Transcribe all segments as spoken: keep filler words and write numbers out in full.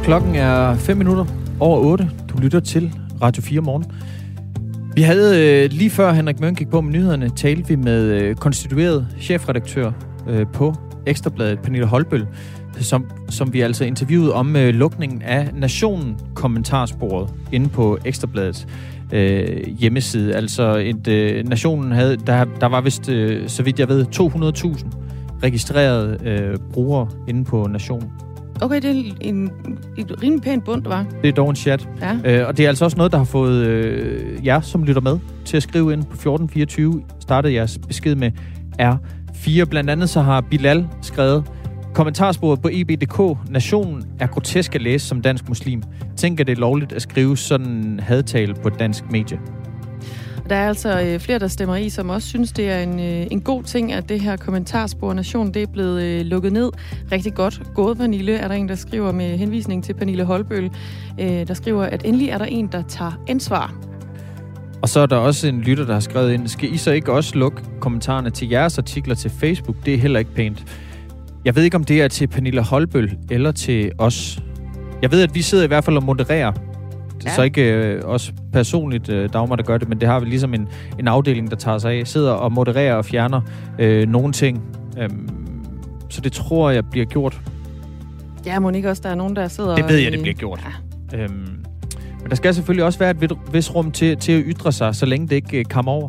Klokken er fem minutter over otte. Du lytter til Radio fire Morgen. Vi havde øh, lige før Henrik Mørn gik på med nyhederne, talte vi med øh, konstitueret chefredaktør øh, på Ekstrabladet, Pernille Holbøll, som, som vi altså interviewede om øh, lukningen af Nationen kommentarsporet inde på Ekstrabladets øh, hjemmeside. Altså et, øh, Nationen havde, der, der var vist, øh, så vidt jeg ved, to hundrede tusind registrerede øh, brugere inde på Nationen. Okay, det er en, en rimelig pæn bund, der var. Det er dog en chat. Ja. Øh, og det er altså også noget, der har fået øh, jer, som lytter med, til at skrive ind på fjorten fireogtyve. Startede jeres besked med R fire. Blandt andet så har Bilal skrevet, kommentarsporet på E B punktum D K. Nationen er grotesk at læse som dansk muslim. Tænker det er lovligt at skrive sådan hadtale på et dansk medie. Der er altså øh, flere, der stemmer i, som også synes, det er en, øh, en god ting, at det her kommentarspor Nation, det er blevet øh, lukket ned. Rigtig godt gået, Pernille, er der en, der skriver med henvisning til Pernille Holbøll, øh, der skriver, at endelig er der en, der tager ansvar. Og så er der også en lytter, der har skrevet ind, skal I så ikke også lukke kommentarerne til jeres artikler til Facebook? Det er heller ikke pænt. Jeg ved ikke, om det er til Pernille Holbøll eller til os. Jeg ved, at vi sidder i hvert fald og modererer. Ja. Så ikke øh, også personligt øh, Dagmar, der gør det, men det har vi ligesom en, en afdeling, der tager sig af. Sidder og modererer og fjerner øh, nogle ting. Øhm, så det tror jeg bliver gjort. Ja, må ikke også, der er nogen, der sidder... Det ved jeg, det bliver gjort. Ja. Øhm, men der skal selvfølgelig også være et vis rum til, til at ytre sig, så længe det ikke øh, kommer over.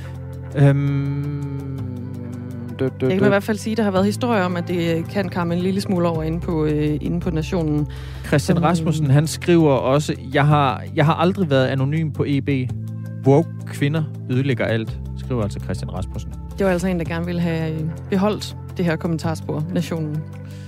Øhm, dø, dø, jeg kan i hvert fald sige, at der har været historier om, at det kan komme en lille smule over inde på, øh, inde på Nationen. Christian Rasmussen, han skriver også, jeg har, jeg har aldrig været anonym på E B. Woke kvinder ødelægger alt, skriver altså Christian Rasmussen. Det var altså en, der gerne ville have beholdt det her kommentarspor, Nationen.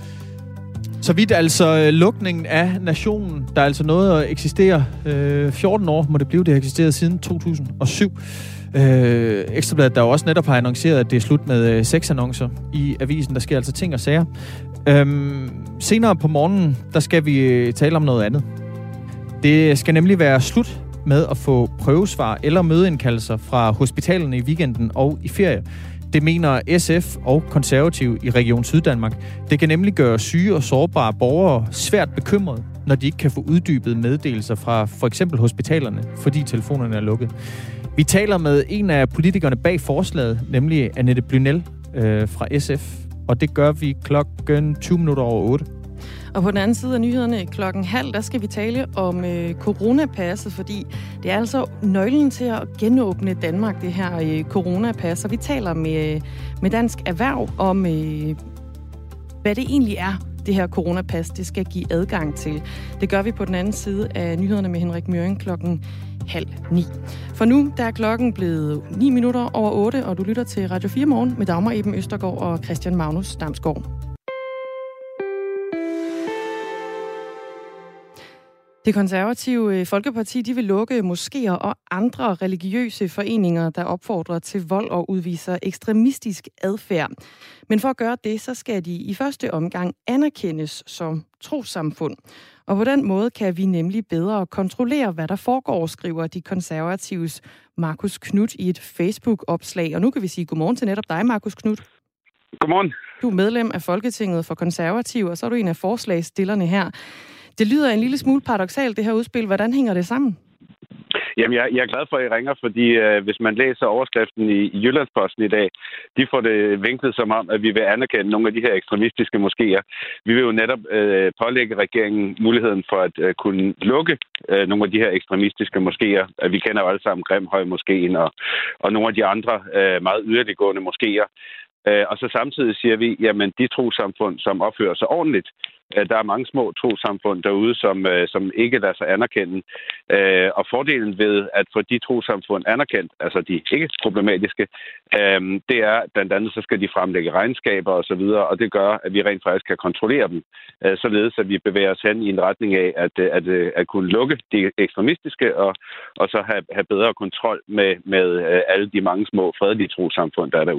Så vidt altså lukningen af Nationen, der er altså noget at eksistere. Øh, fjorten år må det blive, det har eksisteret siden to tusind og syv. Øh, Ekstrabladet, der jo også netop har annonceret, at det er slut med øh, sexannoncer i avisen. Der sker altså ting og sager. Øhm, senere på morgenen, der skal vi øh, tale om noget andet. Det skal nemlig være slut med at få prøvesvar eller mødeindkaldelser fra hospitalerne i weekenden og i ferie. Det mener S F og konservative i Region Syddanmark. Det kan nemlig gøre syge og sårbare borgere svært bekymrede, når de ikke kan få uddybet meddelelser fra for eksempel hospitalerne, fordi telefonerne er lukket. Vi taler med en af politikerne bag forslaget, nemlig Annette Blynell øh, fra S F, og det gør vi klokken tyve minutter over otte. Og på den anden side af nyhederne klokken halv, der skal vi tale om øh, coronapasset, fordi det er altså nøglen til at genåbne Danmark, det her øh, coronapas. Og vi taler med, med Dansk Erhverv om, øh, hvad det egentlig er, det her coronapas, det skal give adgang til. Det gør vi på den anden side af nyhederne med Henrik Mørn klokken halv ni. For nu, der er klokken blevet ni minutter over otte, og du lytter til Radio fire Morgen med Dagmar Eben Østergaard og Christian Magnus Damsgaard. Det konservative Folkeparti, de vil lukke moskéer og andre religiøse foreninger, der opfordrer til vold og udviser ekstremistisk adfærd. Men for at gøre det, så skal de i første omgang anerkendes som trossamfund. Og på den måde kan vi nemlig bedre kontrollere, hvad der foregår, skriver de konservatives Marcus Knudt i et Facebook-opslag. Og nu kan vi sige godmorgen til netop dig, Marcus Knudt. Godmorgen. Du er medlem af Folketinget for Konservative, og så er du en af forslagsstillerne her. Det lyder en lille smule paradoksalt, det her udspil. Hvordan hænger det sammen? Jamen, jeg, jeg er glad for, at I ringer, fordi øh, hvis man læser overskriften i, i Jyllandsposten i dag, de får det vinklet som om, at vi vil anerkende nogle af de her ekstremistiske moskéer. Vi vil jo netop øh, pålægge regeringen muligheden for at øh, kunne lukke øh, nogle af de her ekstremistiske moskéer. Vi kender jo alle sammen Grimhøj-moskeen og, og nogle af de andre øh, meget yderliggående moskéer. Øh, og så samtidig siger vi, jamen de trossamfund, som opfører sig ordentligt, øh, der er mange små trossamfund derude, som, øh, som ikke lader sig anerkende. Øh, og fordelen ved at få de trossamfund anerkendt, altså de ikke problematiske, øh, det er blandt andet, så skal de fremlægge regnskaber og så videre, og det gør, at vi rent faktisk kan kontrollere dem, øh, således at vi bevæger os hen i en retning af at, at, at, at kunne lukke de ekstremistiske og, og så have, have bedre kontrol med, med øh, alle de mange små fredelige trossamfund, der er derude.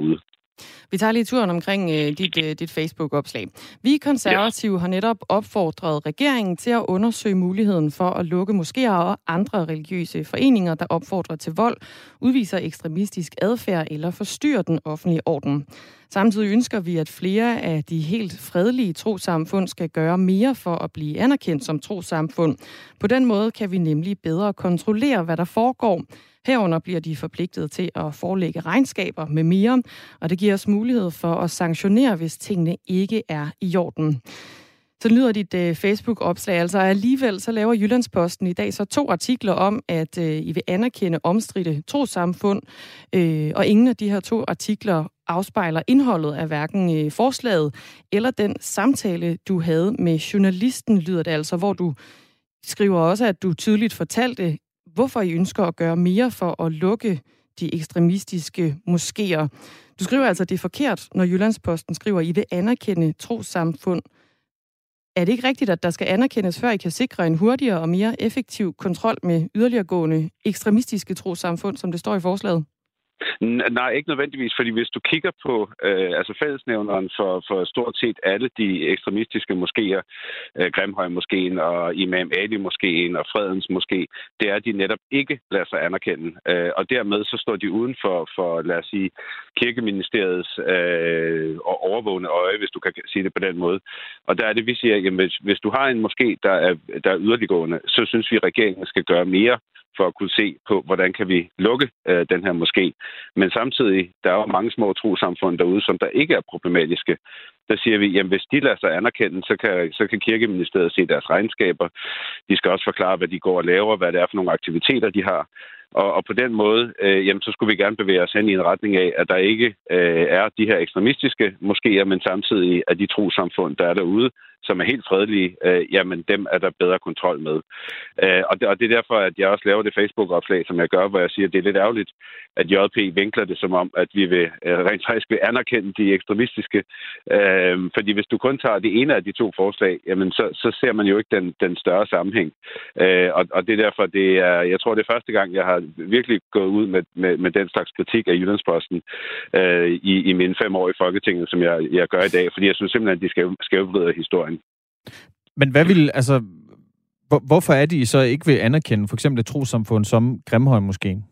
Vi tager lige turen omkring øh, dit, øh, dit Facebook-opslag. Vi konservative har netop opfordret regeringen til at undersøge muligheden for at lukke moskéer og andre religiøse foreninger, der opfordrer til vold, udviser ekstremistisk adfærd eller forstyrrer den offentlige orden. Samtidig ønsker vi, at flere af de helt fredelige trosamfund skal gøre mere for at blive anerkendt som trosamfund. På den måde kan vi nemlig bedre kontrollere, hvad der foregår. Herunder bliver de forpligtet til at forelægge regnskaber med mere, og det giver os mulighed for at sanktionere, hvis tingene ikke er i orden. Så lyder dit uh, Facebook-opslag. Altså alligevel så laver Jyllandsposten i dag så to artikler om, at uh, I vil anerkende omstridte trosamfund, uh, og ingen af de her to artikler afspejler indholdet af hverken uh, forslaget eller den samtale, du havde med journalisten, lyder det altså, hvor du skriver også, at du tydeligt fortalte, hvorfor I ønsker at gøre mere for at lukke de ekstremistiske moskéer. Du skriver altså, at det er forkert, når Jyllandsposten skriver, at I vil anerkende trosamfund. Er det ikke rigtigt, at der skal anerkendes, før I kan sikre en hurtigere og mere effektiv kontrol med yderligeregående ekstremistiske trosamfund, som det står i forslaget? Nej, ikke nødvendigvis, fordi hvis du kigger på øh, altså fællesnævneren for, for stort set alle de ekstremistiske moskéer, øh, Grimhøjmoskeen og Imam Ali-moskeen og Fredens Moské, det er, at de netop ikke lader sig anerkende. Øh, og dermed så står de uden for, for lad os sige, kirkeministeriets øh, overvågende øje, hvis du kan sige det på den måde. Og der er det, vi siger, at hvis, hvis du har en moské, der er, der er yderliggående, så synes vi, at regeringen skal gøre mere for at kunne se på, hvordan kan vi lukke øh, den her moské. Men samtidig, der er jo mange små trosamfund derude, som der ikke er problematiske. Der siger vi, jamen hvis de lader sig anerkende, så kan, så kan kirkeministeriet se deres regnskaber. De skal også forklare, hvad de går og laver, hvad det er for nogle aktiviteter, de har. Og, og på den måde, øh, jamen, så skulle vi gerne bevæge os hen i en retning af, at der ikke øh, er de her ekstremistiske moskéer, men samtidig er de trosamfund, der er derude, som er helt fredelige, øh, jamen dem er der bedre kontrol med. Øh, og, det, og det er derfor, at jeg også laver det Facebook-opslag, som jeg gør, hvor jeg siger, at det er lidt ærgerligt, at J P vinkler det som om, at vi vil øh, rent faktisk vil anerkende de ekstremistiske. Øh, fordi hvis du kun tager det ene af de to forslag, jamen så, så ser man jo ikke den, den større sammenhæng. Øh, og, og det er derfor, det er, jeg tror, det er første gang, jeg har virkelig gået ud med, med, med den slags kritik af Jyllandsposten øh, i, i mine fem år i Folketinget, som jeg, jeg gør i dag, fordi jeg synes simpelthen, at de skal skævvride historien. Men hvad vil, altså, hvor, hvorfor er de så ikke vil anerkende for eksempel et trosamfund som Grimhøjmoskeen?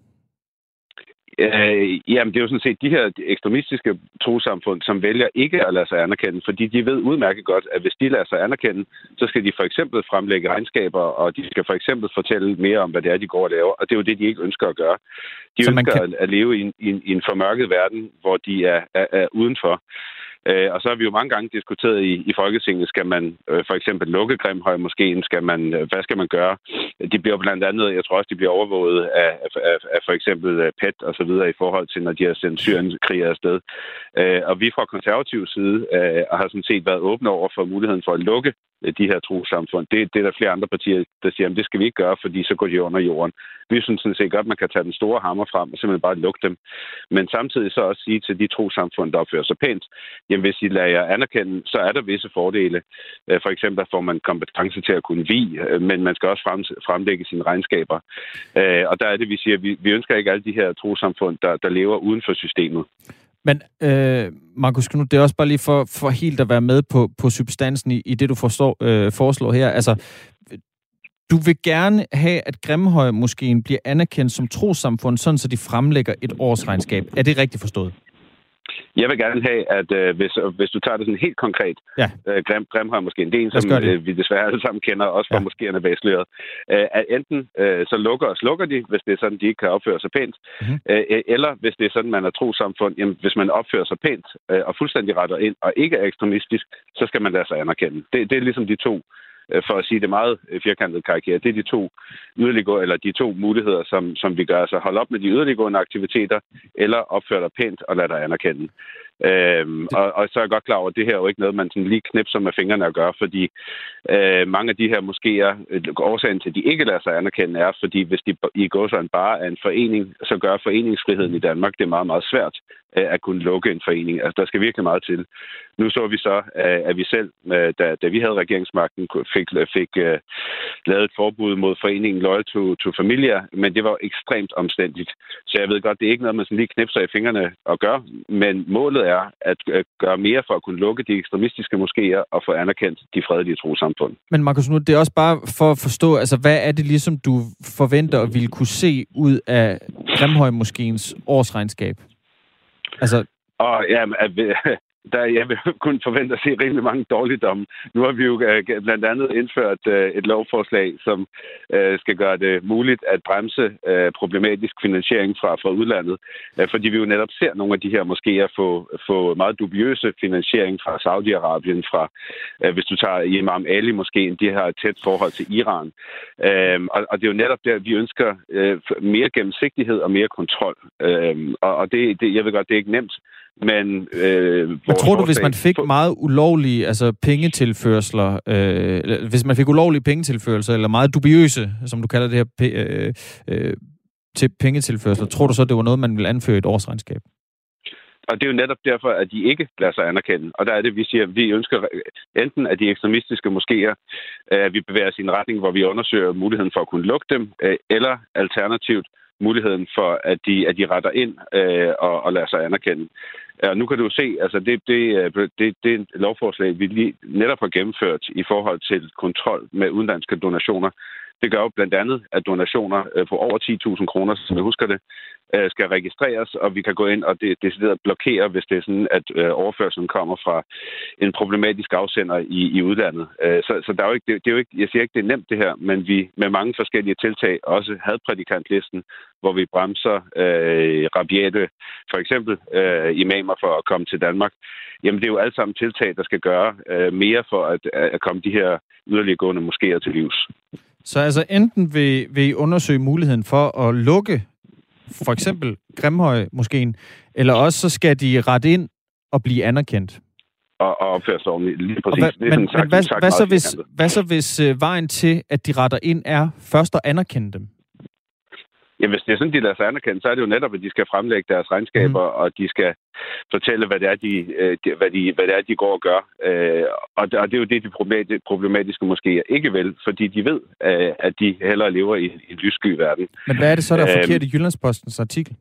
Øh, jamen, det er jo sådan set de her ekstremistiske trosamfund, som vælger ikke at lade sig anerkende, fordi de ved udmærket godt, at hvis de lader sig anerkende, så skal de for eksempel fremlægge regnskaber, og de skal for eksempel fortælle mere om, hvad det er, de går og laver, og det er jo det, de ikke ønsker at gøre. De så ønsker kan... at leve i en, i, en, i en formørket verden, hvor de er, er, er udenfor. Øh, og så har vi jo mange gange diskuteret i, i Folketinget, skal man øh, for eksempel lukke Grimhøjmoskeen, skal man, øh, hvad skal man gøre? De bliver blandt andet, jeg tror også, de bliver overvåget af, af, af for eksempel P E T og så videre i forhold til, når de har sendt Syrien-kriger afsted. Øh, og vi fra konservativ side øh, har sådan set været åbne over for muligheden for at lukke de her trosamfund. Det, det er der flere andre partier, der siger, at det skal vi ikke gøre, fordi så går de under jorden. Vi synes sådan set godt, at man kan tage den store hammer frem og simpelthen bare lukke dem. Men samtidig så også sige til de trosamfund, der opfører sig pænt, jamen hvis I lader jer anerkende, så er der visse fordele. For eksempel der får man kompetence til at kunne vie, men man skal også frem, fremlægge sine regnskaber. Og der er det, vi siger, at vi, vi ønsker ikke alle de her trosamfund, der, der lever uden for systemet. Men øh, Markus Knuth, det er også bare lige for, for helt at være med på, på substansen i, i det, du forstår, øh, foreslår her. Altså, du vil gerne have, at Grimhøjmoskeen bliver anerkendt som trosamfund, sådan så de fremlægger et årsregnskab. Er det rigtigt forstået? Jeg vil gerne have, at øh, hvis, hvis du tager det sådan helt konkret, ja. øh, Grim, Grimhøjmoskeen, det er en, som øh, vi desværre alle sammen kender, også fra ja. moskéerne bag sløret, øh, at enten øh, så lukker og slukker de, hvis det er sådan, de ikke kan opføre sig pænt, mm-hmm. øh, eller hvis det er sådan, man er trosamfund, jamen, hvis man opfører sig pænt øh, og fuldstændig retter ind og ikke er ekstremistisk, så skal man lade sig anerkende. Det, det er ligesom de to, for at sige det meget firkantet karikeret, det er de to yderliggående, eller de to muligheder, som, som vi gør. Altså holde op med de yderliggående aktiviteter, eller opføre dig pænt og lade dig anerkende. Øhm, og, og så er jeg godt klar over, at det her er jo ikke noget, man sådan lige knipser med fingrene at gøre, fordi øh, mange af de her moskéer, årsagen til, at de ikke lader sig anerkende, er, fordi hvis de i går sådan bare er en forening, så gør foreningsfriheden i Danmark det er meget, meget svært øh, at kunne lukke en forening. Altså, der skal virkelig meget til. Nu så vi så, øh, at vi selv, øh, da, da vi havde regeringsmagten, fik, fik øh, lavet et forbud mod foreningen Loyal to, to Familia, men det var ekstremt omstændigt. Så jeg ved godt, det er ikke noget, man sådan lige knipser i fingrene at gøre, men målet er at gøre mere for at kunne lukke de ekstremistiske moskéer og få anerkendt de fredelige trosamfund. Men Marcus Knuth, det er også bare for at forstå, altså hvad er det ligesom, du forventer at ville kunne se ud af Grimhøjmoskeens årsregnskab? Altså... Og ja, at, der, jeg vil kunne forvente at se rimelig mange dårligdomme. Nu har vi jo uh, blandt andet indført uh, et lovforslag, som uh, skal gøre det muligt at bremse uh, problematisk finansiering fra, fra udlandet, uh, fordi vi jo netop ser nogle af de her moskéer få, få meget dubiøse finansiering fra Saudi-Arabien, fra, uh, hvis du tager Imam Ali-moskeen, de har et tæt forhold til Iran. Uh, og, og det er jo netop der, vi ønsker uh, mere gennemsigtighed og mere kontrol. Uh, og og det, det, jeg ved godt, det er ikke nemt, men... Øh, Hvad tror du, hvis man fik meget ulovlige altså pengetilførsler, øh, hvis man fik ulovlige pengetilførsler, eller meget dubiøse, som du kalder det her, øh, øh, til pengetilførsler, tror du så, det var noget, man ville anføre i et årsregnskab? Og det er jo netop derfor, at de ikke lader sig anerkende. Og der er det, vi siger, at vi ønsker enten at de ekstremistiske moskéer, at vi bevæger os i en retning, hvor vi undersøger muligheden for at kunne lukke dem, eller alternativt muligheden for, at de, at de retter ind øh, og, og lader sig anerkende. Og nu kan du se, altså det, det, det, det er et lovforslag, vi lige netop har gennemført i forhold til kontrol med udenlandske donationer. Det gør jo blandt andet, at donationer på over ti tusind kroner, som jeg husker det, skal registreres, og vi kan gå ind og det decideret blokere, hvis det er sådan, at overførselen kommer fra en problematisk afsender i, i udlandet. Så, så der er jo ikke, det, det er jo ikke, jeg siger ikke, det er nemt det her, men vi med mange forskellige tiltag, også hadprædikantlisten, hvor vi bremser øh, rabiate, for eksempel øh, imamer for at komme til Danmark. Jamen det er jo alt sammen tiltag, der skal gøre øh, mere for at, at komme de her yderliggående moskéer til livs. Så altså enten vil, vil I undersøge muligheden for at lukke for eksempel Grimhøjmoskeen, eller også så skal de rette ind og blive anerkendt? Og, og opføre sig ordentligt. Lige præcis. Hvad, det er men, sagt, men hvad, sagt hvad, så hvis, hvad så hvis uh, vejen til, at de retter ind, er først at anerkende dem? Ja, hvis det er sådan, de lader sig anerkende, så er det jo netop, at de skal fremlægge deres regnskaber, mm. og de skal fortælle, hvad det er, de, hvad de, hvad det er, de går og gør. Og det er jo det, de problematiske moskéer ikke vil, fordi de ved, at de hellere lever i en lyssky verden. Men hvad er det så, der er forkert i Jyllandspostens artikel?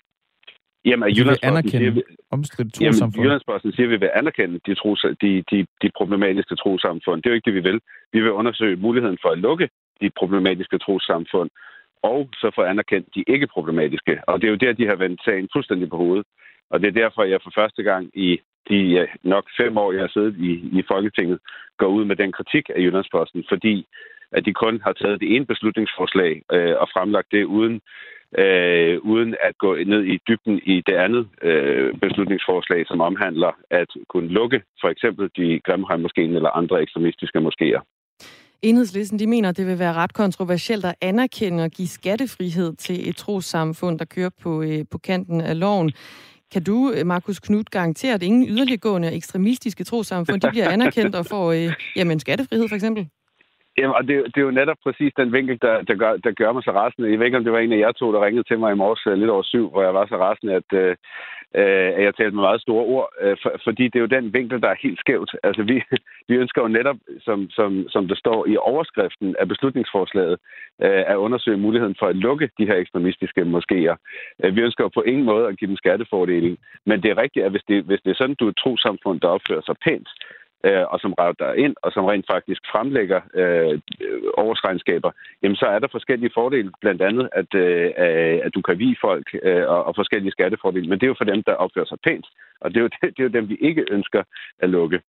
Jamen, at Jyllandsposten siger, vi, jamen, Jyllandsposten siger, at vi vil anerkende de, tros, de, de, de problematiske trossamfund. Det er jo ikke det, vi vil. Vi vil undersøge muligheden for at lukke de problematiske trossamfund, og så få anerkendt de ikke-problematiske. Og det er jo der, de har vendt sagen fuldstændig på hovedet. Og det er derfor, jeg for første gang i de ja, nok fem år, jeg har siddet i, i Folketinget, går ud med den kritik af Jyllandsposten, fordi at de kun har taget det ene beslutningsforslag øh, og fremlagt det uden, øh, uden at gå ned i dybden i det andet øh, beslutningsforslag, som omhandler at kunne lukke for eksempel de Grimhøjmoskeen eller andre ekstremistiske moskéer. Enhedslisten, de mener, at det vil være ret kontroversielt at anerkende og give skattefrihed til et trossamfund, der kører på, øh, på kanten af loven. Kan du, Marcus Knuth, garantere, at ingen yderliggående ekstremistiske trossamfund, de bliver anerkendt og får øh, jamen, skattefrihed for eksempel? Jamen, og det, det er jo netop præcis den vinkel, der, der, gør, der gør mig så rasende. Jeg ved ikke, om det var en af jer to, der ringede til mig i morges lidt over syv, hvor jeg var så rasende, at, øh, at jeg talte med meget store ord, øh, for, fordi det er jo den vinkel, der er helt skævt. Altså, vi, vi ønsker jo netop, som, som, som der står i overskriften af beslutningsforslaget, øh, at undersøge muligheden for at lukke de her ekstremistiske moskéer. Øh, vi ønsker jo på ingen måde at give dem skattefordele, men det er rigtigt, at hvis det, hvis det er sådan, du er et trossamfund, der opfører sig pænt, og som retter ind, og som rent faktisk fremlægger øh, årsregnskaber, jamen så er der forskellige fordele, blandt andet, at, øh, at du kan vie folk øh, og, og forskellige skattefordele, men det er jo for dem, der opfører sig pænt, og det er jo, det, det er jo dem, vi ikke ønsker at lukke.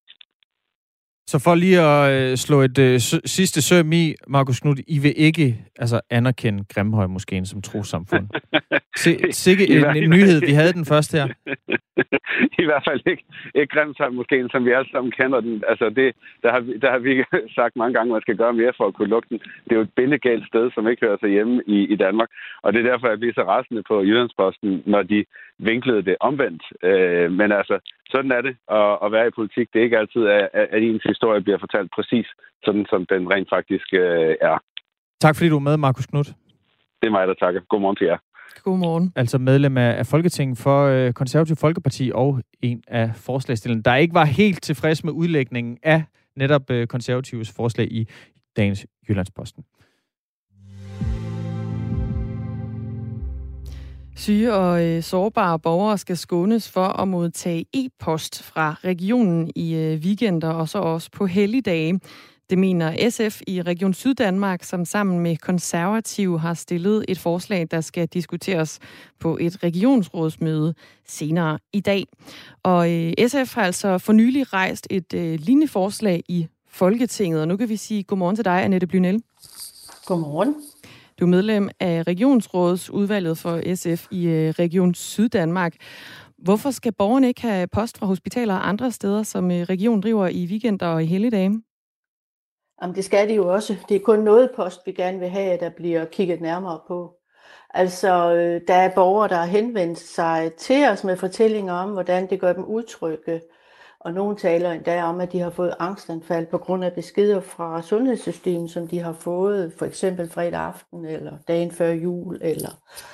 Så for lige at øh, slå et øh, s- sidste søm i, Marcus Knuth, I vil ikke altså, anerkende Grimhøjmoskeen som trossamfund. Se, sikke en, en nyhed, vi havde den første her. I hvert fald ikke, ikke Grimhøjmoskeen, som vi alle sammen kender den. Altså det, der, har vi, der har vi sagt mange gange, at man skal gøre mere for at kunne lukke den. Det er jo et bindegalt sted, som ikke hører sig hjemme i, i Danmark. Og det er derfor, jeg bliver så rasende på Jyllandsposten, når de vinklede det omvendt. Øh, men altså, sådan er det at, at være i politik. Det er ikke altid, at, at ens historie bliver fortalt præcis, sådan som den rent faktisk øh, er. Tak fordi du er med, Marcus Knuth. Det er mig, der takker. Godmorgen til jer. Godmorgen. Altså medlem af Folketinget for øh, Konservativ Folkeparti og en af forslagsstillerne, der ikke var helt tilfreds med udlægningen af netop øh, konservatives forslag i dagens Jyllandsposten. Syge og øh, sårbare borgere skal skånes for at modtage e-post fra regionen i øh, weekender og så også på helligdage. Det mener S F i Region Syddanmark, som sammen med Konservative har stillet et forslag, der skal diskuteres på et regionsrådsmøde senere i dag. Og øh, S F har altså for nylig rejst et øh, lignende forslag i Folketinget, og nu kan vi sige godmorgen til dig, Annette Blynel. Godmorgen. Du er medlem af Regionsrådsudvalget for S F i øh, Region Syddanmark. Hvorfor skal borgerne ikke have post fra hospitaler og andre steder, som øh, regionen driver i weekender og i helligdage? Jamen, det skal de jo også. Det er kun noget post, vi gerne vil have, at der bliver kigget nærmere på. Altså, øh, der er borgere, der har henvendt sig til os med fortællinger om, hvordan det gør dem utrygge. Og nogle taler endda om, at de har fået angstanfald på grund af beskeder fra sundhedssystemet, som de har fået for eksempel fredag aften eller dagen før jul. Eller...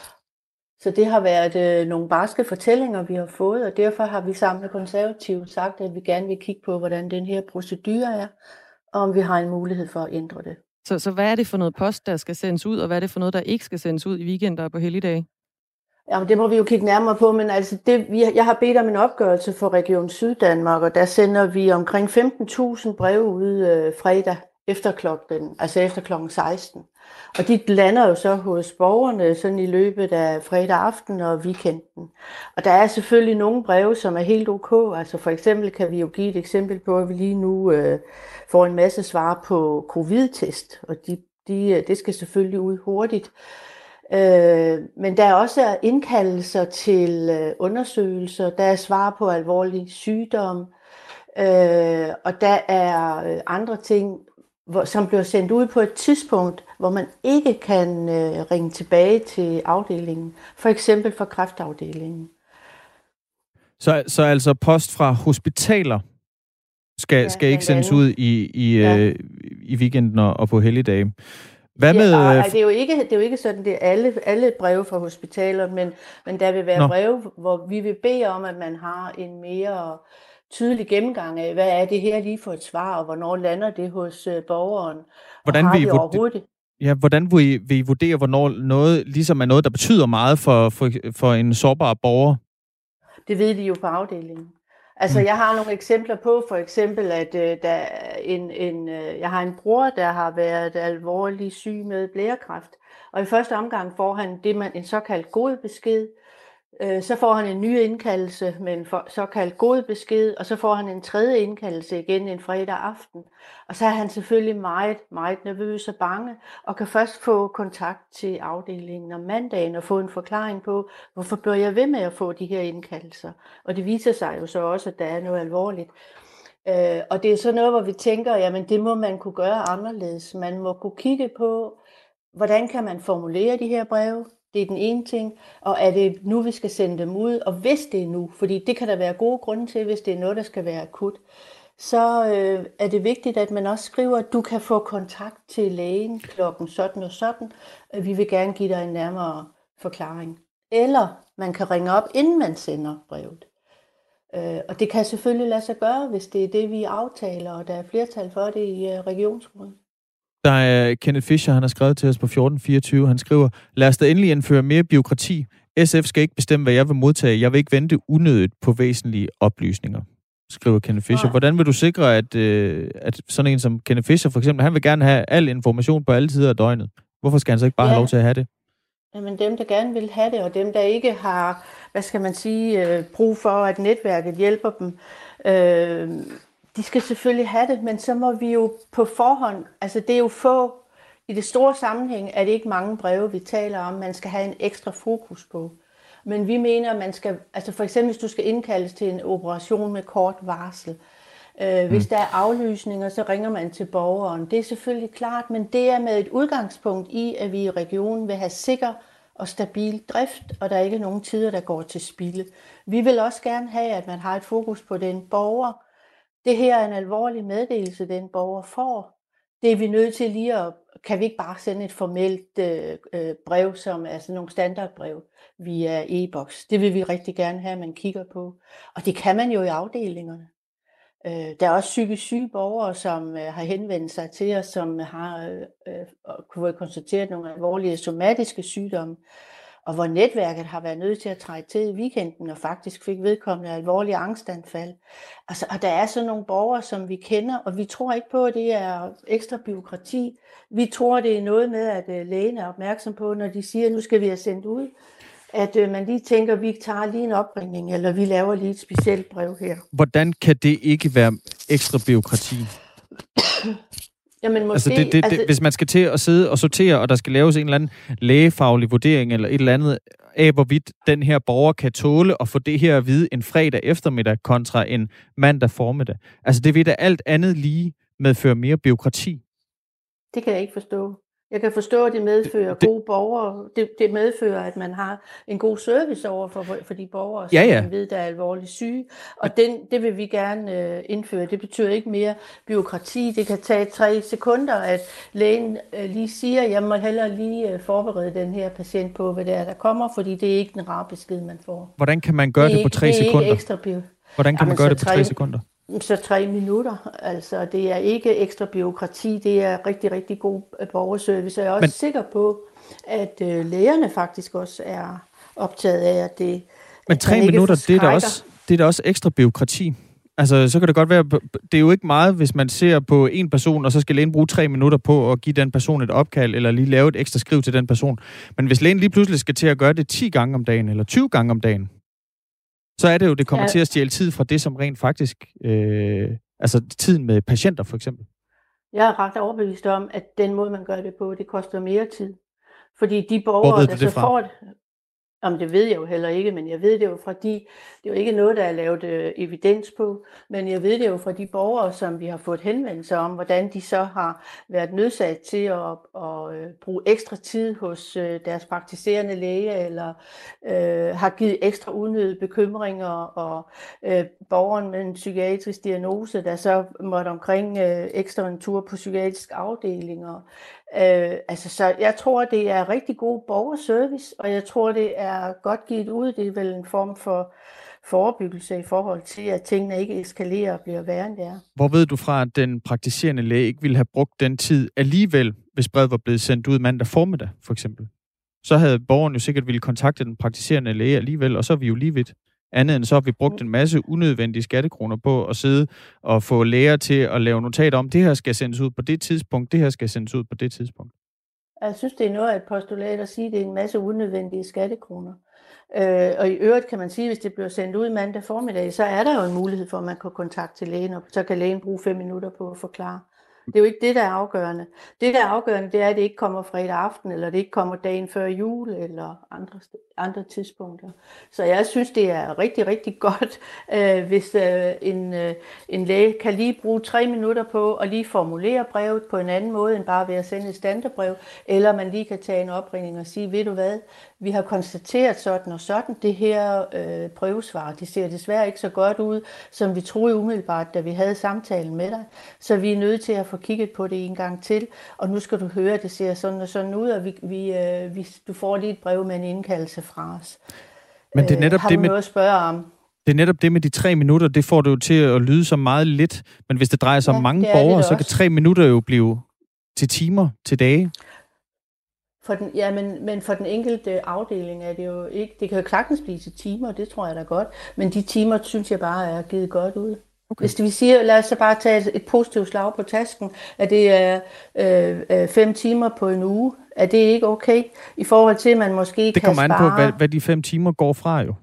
Så det har været øh, nogle barske fortællinger, vi har fået, og derfor har vi sammen med Konservative sagt, at vi gerne vil kigge på, hvordan den her procedure er, og om vi har en mulighed for at ændre det. Så, så hvad er det for noget post, der skal sendes ud, og hvad er det for noget, der ikke skal sendes ud i weekender og på helligdage? Jamen, det må vi jo kigge nærmere på, men altså det, vi, jeg har bedt om en opgørelse for Region Syddanmark, og der sender vi omkring femten tusind breve ud øh, fredag efter klokken, altså efter klokken seksten. Og de lander jo så hos borgerne sådan i løbet af fredag aften og weekenden. Og der er selvfølgelig nogle breve, som er helt ok. Altså for eksempel kan vi jo give et eksempel på, at vi lige nu øh, får en masse svar på covid-test, og de, de, det skal selvfølgelig ud hurtigt. Øh, men der er også indkaldelser til øh, undersøgelser, der er svar på alvorlig sygdom, øh, og der er øh, andre ting, hvor, som bliver sendt ud på et tidspunkt, hvor man ikke kan øh, ringe tilbage til afdelingen, for eksempel fra kræftafdelingen. Så, så altså post fra hospitaler skal, ja, skal ikke sendes ud i, i, ja. øh, i weekenden og på helligdage. Hvad med... Ja, det, er jo ikke, det er jo ikke sådan, det er alle, alle breve fra hospitaler, men, men der vil være Nå. breve, hvor vi vil bede om, at man har en mere tydelig gennemgang af, hvad er det her lige for et svar, og hvornår lander det hos uh, borgeren, hvordan og har vil I det overhovedet... Ja, hvordan vil I, vil I vurdere, hvornår noget ligesom er noget, der betyder meget for, for, for en sårbar borger? Det ved de jo på afdelingen. Altså, jeg har nogle eksempler på, for eksempel, at øh, der en, en, øh, jeg har en bror, der har været alvorligt syg med blærekræft, og i første omgang får han det, man en såkaldt god besked, øh, så får han en ny indkaldelse med en for, såkaldt god besked, og så får han en tredje indkaldelse igen en fredag aften, og så er han selvfølgelig meget, meget nervøs og bange, og kan først få kontakt til afdelingen om mandagen og få en forklaring på, hvorfor bør jeg ved med at få de her indkaldelser. Og det viser sig jo så også, at der er noget alvorligt. Øh, og det er så noget, hvor vi tænker, jamen det må man kunne gøre anderledes. Man må kunne kigge på, hvordan kan man formulere de her breve. Det er den ene ting. Og er det nu, vi skal sende dem ud? Og hvis det er nu, fordi det kan der være gode grunde til, hvis det er noget, der skal være akut, så øh, er det vigtigt, at man også skriver, at du kan få kontakt til lægen klokken sådan og sådan. Vi vil gerne give dig en nærmere forklaring. Eller man kan ringe op, inden man sender brevet. Øh, og det kan selvfølgelig lade sig gøre, hvis det er det, vi aftaler, og der er flertal for det i uh, regionsrådet. Der er Kenneth Fischer, han har skrevet til os på fjorten fireogtyve. Han skriver, lad os da endelig indføre mere bureaukrati. S F skal ikke bestemme, hvad jeg vil modtage. Jeg vil ikke vente unødigt på væsentlige oplysninger, skriver Kenneth Fischer. Nej. Hvordan vil du sikre, at, øh, at sådan en som Kenneth Fischer for eksempel, han vil gerne have al information på alle tider af døgnet. Hvorfor skal han så ikke bare ja. have lov til at have det? Jamen dem, der gerne vil have det, og dem, der ikke har, hvad skal man sige, øh, brug for, at netværket hjælper dem, øh, de skal selvfølgelig have det, men så må vi jo på forhånd, altså det er jo få, i det store sammenhæng er det ikke mange breve, vi taler om, man skal have en ekstra fokus på. Men vi mener, at man skal, altså for eksempel hvis du skal indkaldes til en operation med kort varsel, øh, hvis der er aflysninger, så ringer man til borgeren. Det er selvfølgelig klart, men det er med et udgangspunkt i, at vi i regionen vil have sikker og stabil drift, og der er ikke nogen tider, der går til spilde. Vi vil også gerne have, at man har et fokus på den borger. Det her er en alvorlig meddelelse, den borger får. Det er vi nødt til lige at, kan vi ikke bare sende et formelt øh, brev, som er sådan nogle standardbrev via e-boks. Det vil vi rigtig gerne have, at man kigger på. Og det kan man jo i afdelingerne. Øh, der er også psykisk syge borgere, som øh, har henvendt sig til os, som har øh, kunne konstateret nogle alvorlige somatiske sygdomme. og hvor netværket har været nødt til at træde til i weekenden, og faktisk fik vedkommende alvorlige angstanfald. Altså, og der er sådan nogle borgere, som vi kender, og vi tror ikke på, at det er ekstra byråkrati. Vi tror, det er noget med, at lægen er opmærksom på, når de siger, at nu skal vi have sendt ud, at øh, man lige tænker, at vi tager lige en opringning, eller vi laver lige et specielt brev her. Hvordan kan det ikke være ekstra byråkrati? Jamen, måske, altså det, det, altså, det, hvis man skal til at sidde og sortere, og der skal laves en eller anden lægefaglig vurdering, eller et eller andet af, hvorvidt den her borger kan tåle at få det her at vide en fredag eftermiddag kontra en mandag formiddag. Altså det vil da alt andet lige medføre mere byråkrati. Det kan jeg ikke forstå. Jeg kan forstå, at det medfører det, gode borgere. Det, det medfører, at man har en god service over for, for de borgere, som ja, ja. man ved, der er alvorligt syge. Og den, det vil vi gerne uh, indføre. Det betyder ikke mere byråkrati. Det kan tage tre sekunder, at lægen uh, lige siger, at jeg må hellere lige uh, forberede den her patient på, hvad det er, der kommer, fordi det er ikke en rar besked, man får. Hvordan kan man gøre det, det på tre sekunder? Det er ikke ekstra by- Hvordan kan Jamen, man gøre det på tre, tre sekunder? Så tre minutter. Altså, det er ikke ekstra byråkrati, det er rigtig, rigtig god borgerservice. Jeg er også Men, sikker på, at øh, lægerne faktisk også er optaget af, at det Men tre minutter, det er, da også, det er da også ekstra byråkrati. Altså, så kan det godt være, det er jo ikke meget, hvis man ser på en person, og så skal lægen bruge tre minutter på at give den person et opkald, eller lige lave et ekstra skriv til den person. Men hvis lægen lige pludselig skal til at gøre det ti gange om dagen, eller tyve gange om dagen, så er det jo, det kommer ja. til at stjæle tid fra det, som rent faktisk, øh, altså tiden med patienter for eksempel. Jeg er ret overbevist om, at den måde, man gør det på, det koster mere tid. Fordi de borgere, der så får det, jamen det ved jeg jo heller ikke, men jeg ved det jo fra de, det er jo ikke noget, der er lavet øh, evidens på, men jeg ved det jo fra de borgere, som vi har fået henvendelser om, hvordan de så har været nødsaget til at, at, at bruge ekstra tid hos øh, deres praktiserende læge, eller øh, har givet ekstra unødige bekymringer, og øh, borgeren med en psykiatrisk diagnose, der så måtte omkring øh, ekstra en tur på psykiatrisk afdelinger. Øh, altså, så jeg tror, det er rigtig god borgerservice, og jeg tror, det er godt givet ud. Det er vel en form for forebyggelse i forhold til, at tingene ikke eskalerer og bliver værre, end det er. Hvor ved du fra, at den praktiserende læge ikke ville have brugt den tid alligevel, hvis brevet var blevet sendt ud mandag formiddag, for eksempel? Så havde borgeren jo sikkert ville kontakte den praktiserende læge alligevel, og så er vi jo lige vidt. Andet end så har vi brugt en masse unødvendige skattekroner på at sidde og få læger til at lave notater om, det her skal sendes ud på det tidspunkt, det her skal sendes ud på det tidspunkt. Jeg synes, det er noget af et postulat at sige, at det er en masse unødvendige skattekroner. Øh, og i øvrigt kan man sige, at hvis det bliver sendt ud mandag formiddag, så er der jo en mulighed for, at man kan kontakte lægen, og så kan lægen bruge fem minutter på at forklare. Det er jo ikke det, der er afgørende. Det, der er afgørende, det er, at det ikke kommer fredag aften, eller det ikke kommer dagen før jul, eller andre, andre tidspunkter. Så jeg synes, det er rigtig, rigtig godt, øh, hvis øh, en, øh, en læge kan lige bruge tre minutter på at lige formulere brevet på en anden måde, end bare ved at sende et standardbrev, eller man lige kan tage en opringning og sige, ved du hvad, vi har konstateret sådan og sådan, det her øh, prøvesvar, det ser desværre ikke så godt ud, som vi troede umiddelbart, da vi havde samtalen med dig, så vi er nødt til at få kigget på det en gang til, og nu skal du høre, at det ser sådan og sådan ud, og vi, vi, øh, vi, du får lige et brev med en indkaldelse fra os. Men det er netop øh, har det du med... noget at spørge om? Det er netop det med de tre minutter, det får det jo til at lyde så meget lidt, men hvis det drejer sig ja, om mange borgere, så kan tre minutter jo blive til timer, til dage. For den, ja, men, men for den enkelte afdeling er det jo ikke, det kan jo sagtens blive til timer, det tror jeg da godt, men de timer synes jeg bare er givet godt ud. Okay. Hvis vi siger, lad os så bare tage et, et positivt slag på tasken, at det er øh, fem timer på en uge, er det ikke okay, i forhold til, at man måske det kan spare... Det kommer an på, hvad, hvad de fem timer går fra jo.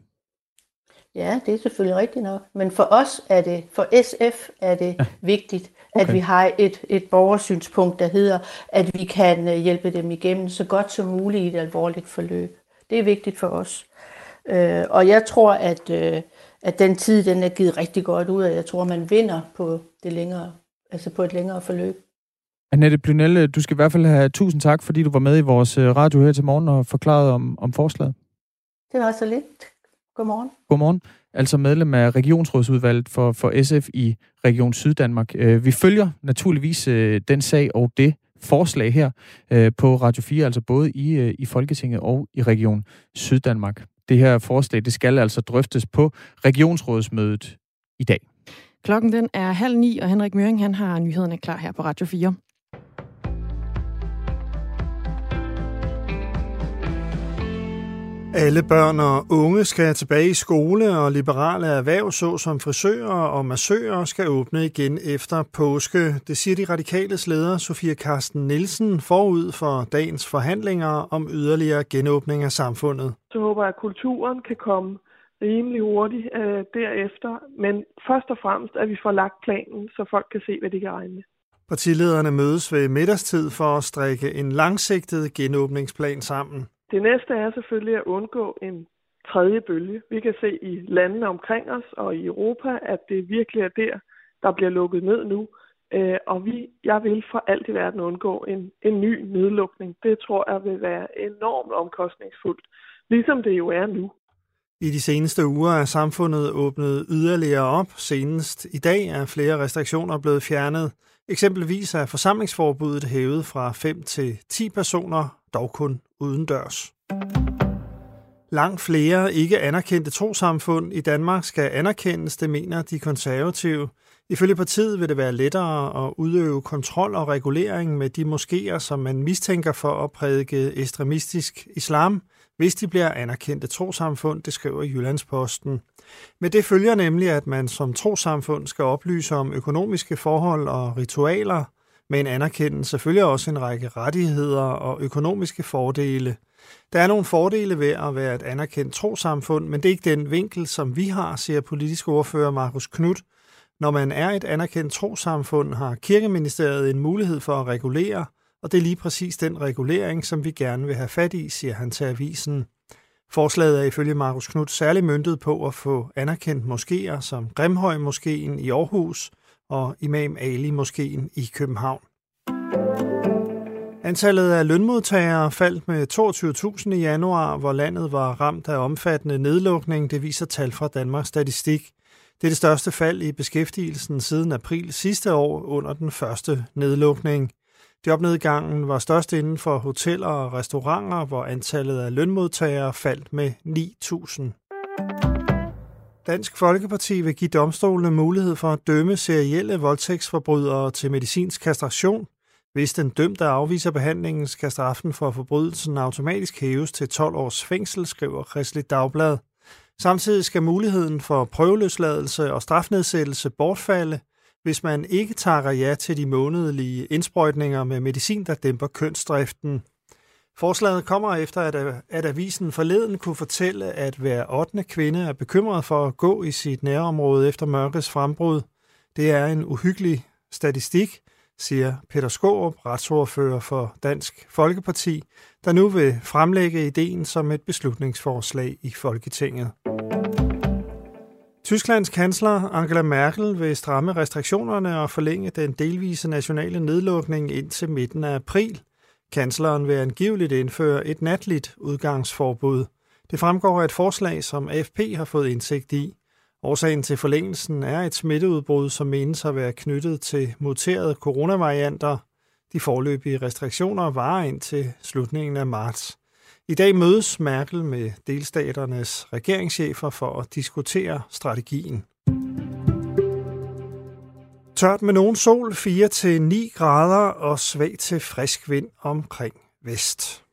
Ja, det er selvfølgelig rigtigt nok, men for os er det, for S F er det ja. vigtigt, okay. at vi har et, et borgersynspunkt, der hedder, at vi kan hjælpe dem igennem så godt som muligt i et alvorligt forløb. Det er vigtigt for os. Øh, og jeg tror, at, øh, at den tid, den er givet rigtig godt ud, og jeg tror, man vinder på det længere, altså på et længere forløb. Annette Plynelle, du skal i hvert fald have tusind tak, fordi du var med i vores radio her til morgen og forklarede om, om forslaget. Det var så lidt. Godmorgen. Godmorgen. Altså medlem af regionsrådsudvalget for, for S F i Region Syddanmark. Vi følger naturligvis den sag og det forslag her på Radio fire, altså både i, i Folketinget og i Region Syddanmark. Det her forslag, det skal altså drøftes på regionsrådsmødet i dag. Klokken den er halv ni, og Henrik Møring, han har nyhederne klar her på Radio fire. Alle børn og unge skal tilbage i skole, og liberale erhverv, såsom frisører og massører, skal åbne igen efter påske. Det siger de radikales leder, Sofie Carsten Nielsen, forud for dagens forhandlinger om yderligere genåbning af samfundet. Så håber jeg, at kulturen kan komme rimelig hurtigt øh, derefter, men først og fremmest, at vi får lagt planen, så folk kan se, hvad de kan regne med. Partilederne mødes ved middagstid for at strikke en langsigtet genåbningsplan sammen. Det næste er selvfølgelig at undgå en tredje bølge. Vi kan se i landene omkring os og i Europa, at det virkelig er der, der bliver lukket ned nu. Og vi, jeg vil for alt i verden undgå en, en ny nedlukning. Det tror jeg vil være enormt omkostningsfuldt, ligesom det jo er nu. I de seneste uger er samfundet åbnet yderligere op. Senest i dag er flere restriktioner blevet fjernet. Eksempelvis er forsamlingsforbuddet hævet fra fem til ti personer, dog kun udendørs. Langt flere ikke anerkendte trossamfund i Danmark skal anerkendes, det mener de konservative. Ifølge partiet vil det være lettere at udøve kontrol og regulering med de moskéer, som man mistænker for at prædike ekstremistisk islam, hvis de bliver anerkendte trossamfund, det skriver Jyllandsposten. Med det følger nemlig, at man som trossamfund skal oplyse om økonomiske forhold og ritualer, med en anerkendelse følger også en række rettigheder og økonomiske fordele. Der er nogle fordele ved at være et anerkendt trossamfund, men det er ikke den vinkel, som vi har, siger politisk ordfører Marcus Knudt. Når man er et anerkendt trossamfund, har Kirkeministeriet en mulighed for at regulere, og det er lige præcis den regulering, som vi gerne vil have fat i, siger han til avisen. Forslaget er ifølge Marcus Knudt særligt møntet på at få anerkendt moskéer som Grimhøjmoskeen i Aarhus og Imam Ali Moskeen i København. Antallet af lønmodtagere faldt med toogtyve tusind i januar, hvor landet var ramt af omfattende nedlukning. Det viser tal fra Danmarks Statistik. Det er det største fald i beskæftigelsen siden april sidste år under den første nedlukning. Jobnedgangen var størst inden for hoteller og restauranter, hvor antallet af lønmodtagere faldt med ni tusind. Dansk Folkeparti vil give domstolene mulighed for at dømme serielle voldtægtsforbrydere til medicinsk kastration. Hvis den dømte afviser behandlingen, skal straffen for forbrydelsen automatisk hæves til tolv års fængsel, skriver Kristeligt Dagblad. Samtidig skal muligheden for prøveløsladelse og strafnedsættelse bortfalde, hvis man ikke takker ja til de månedlige indsprøjtninger med medicin, der dæmper kønsdriften. Forslaget kommer efter, at avisen forleden kunne fortælle, at hver ottende kvinde er bekymret for at gå i sit nærområde efter mørkets frembrud. Det er en uhyggelig statistik, siger Peter Skaarup, retsordfører for Dansk Folkeparti, der nu vil fremlægge ideen som et beslutningsforslag i Folketinget. Tysklands kansler Angela Merkel vil stramme restriktionerne og forlænge den delvise nationale nedlukning indtil midten af april. Kansleren vil angiveligt indføre et natligt udgangsforbud. Det fremgår af et forslag, som A F P har fået indsigt i. Årsagen til forlængelsen er et smitteudbrud, som menes at være knyttet til muterede coronavarianter. De foreløbige restriktioner varer indtil slutningen af marts. I dag mødes Merkel med delstaternes regeringschefer for at diskutere strategien. Tørt med nogen sol, fire til ni grader og svag til frisk vind omkring vest.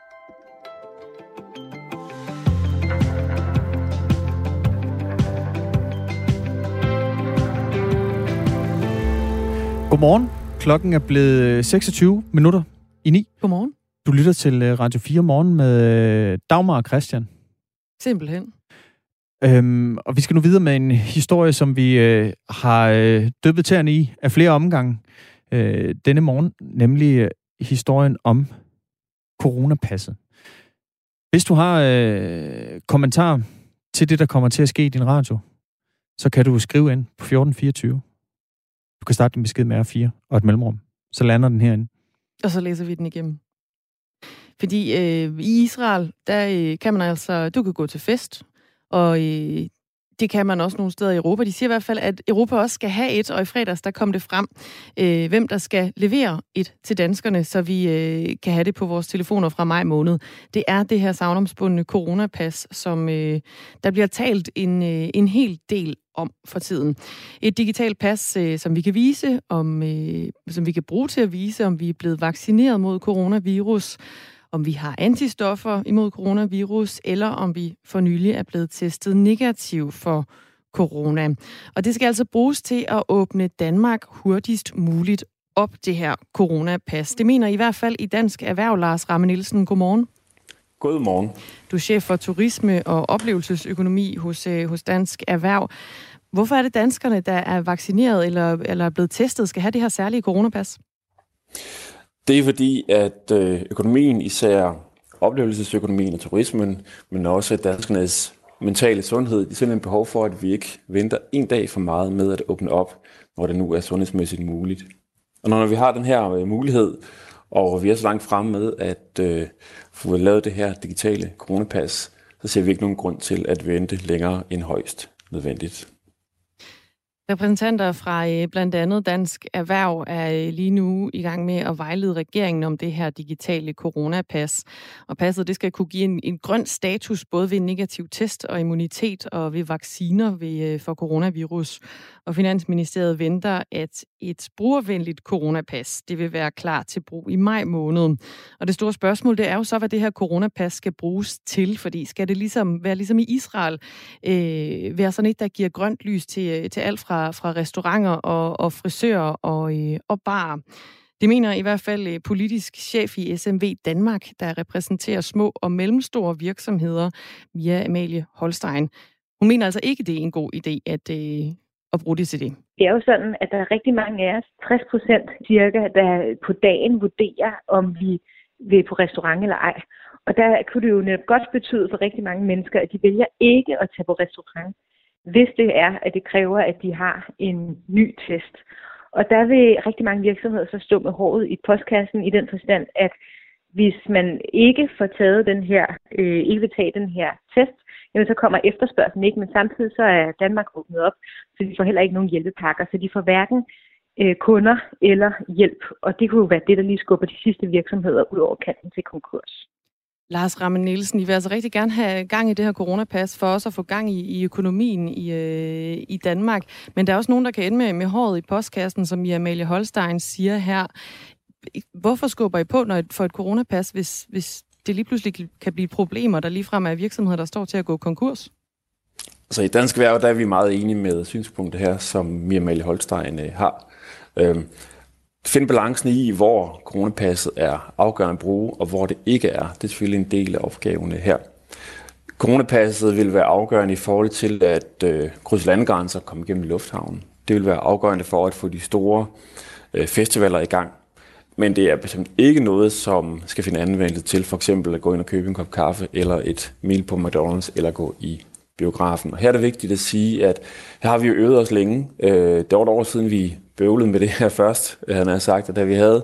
Godmorgen. Klokken er blevet seksogtyve minutter i ni. Godmorgen. Du lytter til Radio fire Morgen med Dagmar og Christian. Simpelthen. Øhm, og vi skal nu videre med en historie, som vi øh, har øh, dyppet tæerne i af flere omgange øh, denne morgen, nemlig øh, historien om coronapasset. Hvis du har øh, kommentarer til det, der kommer til at ske i din radio, så kan du skrive ind på fjorten fireogtyve. Du kan starte din besked med R fire og et mellemrum. Så lander den herinde. Og så læser vi den igennem. Fordi øh, i Israel, der øh, kan man altså, du kan gå til fest, og øh, det kan man også nogle steder i Europa. De siger i hvert fald, at Europa også skal have et, og i fredags, der kom det frem, øh, hvem der skal levere et til danskerne, så vi øh, kan have det på vores telefoner fra maj måned. Det er det her savnomsbundne coronapas, som øh, der bliver talt en, øh, en hel del om for tiden. Et digitalt pas, øh, som vi kan vise, om, øh, som vi kan bruge til at vise, om vi er blevet vaccineret mod coronavirus. om vi har antistoffer imod coronavirus, eller om vi for nylig er blevet testet negativ for corona. Og det skal altså bruges til at åbne Danmark hurtigst muligt op, det her coronapas. Det mener i hvert fald i Dansk Erhverv. Lars Ramme Nielsen, godmorgen. Godmorgen. Du er chef for turisme og oplevelsesøkonomi hos, hos Dansk Erhverv. Hvorfor er det danskerne, der er vaccineret eller, eller er blevet testet, skal have det her særlige coronapas? Det er fordi, at økonomien, især oplevelsesøkonomien og turismen, men også danskernes mentale sundhed, de er simpelthen behov for, at vi ikke venter en dag for meget med at åbne op, når det nu er sundhedsmæssigt muligt. Og når vi har den her mulighed, og vi er så langt fremme med at øh, få lavet det her digitale coronapas, så ser vi ikke nogen grund til at vente længere end højst nødvendigt. Repræsentanter fra blandt andet Dansk Erhverv er lige nu i gang med at vejlede regeringen om det her digitale coronapas. Og passet det skal kunne give en, en grøn status både ved negativ test og immunitet og ved vacciner ved, for coronavirus. Og Finansministeriet venter, at et brugervenligt coronapas det vil være klar til brug i maj måned. Og det store spørgsmål det er jo så, hvad det her coronapas skal bruges til. Fordi skal det ligesom være ligesom i Israel, øh, være sådan et, der giver grønt lys til, til alt fra fra restauranter og, og frisører og, øh, og barer. Det mener i hvert fald øh, politisk chef i S M V Danmark, der repræsenterer små og mellemstore virksomheder, Mia Amalie Holstein. Hun mener altså ikke, det er en god idé at, øh, at bruge det til det. Det er jo sådan, at der er rigtig mange af os, tres procent cirka, der på dagen vurderer, om vi vil på restaurant eller ej. Og der kunne det jo netop godt betyde for rigtig mange mennesker, at de vælger ikke at tage på restaurant, hvis det er, at det kræver, at de har en ny test. Og der vil rigtig mange virksomheder så stå med håret i postkassen i den forstand, at hvis man ikke får taget den her, øh, ikke vil tage den her test, jamen så kommer efterspørgselen ikke, men samtidig så er Danmark åbnet op, så de får heller ikke nogen hjælpepakker, så de får hverken øh, kunder eller hjælp. Og det kunne jo være det, der lige skubber de sidste virksomheder ud over kanten til konkurs. Lars Ramme Nielsen, I vil altså rigtig gerne have gang i det her coronapas for også at få gang i, i økonomien i, øh, i Danmark. Men der er også nogen, der kan ende med, med håret i postkassen, som Mia Amalie Holstein siger her. Hvorfor skubber I på når et, for et coronapas, hvis, hvis det lige pludselig kan blive problemer, der ligefrem er virksomheder, der står til at gå konkurs? Så i Dansk Erhverv, der er vi meget enige med synspunktet her, som Mia Amalie Holstein øh, har. Øhm, Find balancen i, hvor coronapasset er afgørende at bruge, og hvor det ikke er. Det er selvfølgelig en del af opgaverne her. Coronapasset vil være afgørende i forhold til at øh, krydse landegrænser og komme igennem lufthavnen. Det vil være afgørende for at få de store øh, festivaler i gang. Men det er bestemt ikke noget, som skal finde anvendelse til for eksempel at gå ind og købe en kop kaffe, eller et meal på McDonald's, eller gå i biografen. Og her er det vigtigt at sige, at her har vi jo øvet os længe. Det var et år siden, vi bøvlede med det her først, han har sagt, at da vi havde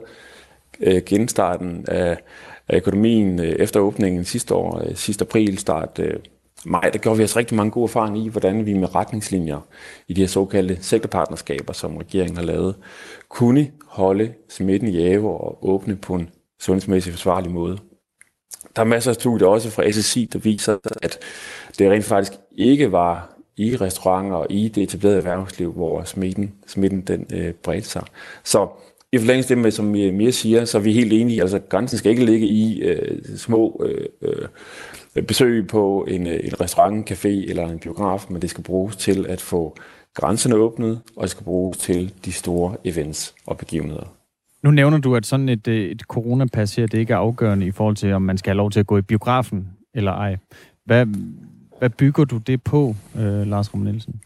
genstarten af økonomien efter åbningen sidste år, sidste april, start maj, der gjorde vi os rigtig mange gode erfaringer i, hvordan vi med retningslinjer i de her såkaldte sektorpartnerskaber, som regeringen har lavet, kunne holde smitten i ave og åbne på en sundhedsmæssigt forsvarlig måde. Der er masser af studier også fra S S I, der viser, at det rent faktisk ikke var i restauranter og i det etablerede erhvervsliv, hvor smitten, smitten den øh, bredte sig. Så i forlængelse det med, som Mia siger, så er vi helt enige. Altså grænsen skal ikke ligge i øh, små øh, øh, besøg på en, øh, en restaurant, en café eller en biograf, men det skal bruges til at få grænserne åbnet, og det skal bruges til de store events og begivenheder. Nu nævner du, at sådan et, et coronapas her, det ikke er afgørende i forhold til, om man skal have lov til at gå i biografen eller ej. Hvad, hvad bygger du det på, øh, Lars Ramme Nielsen?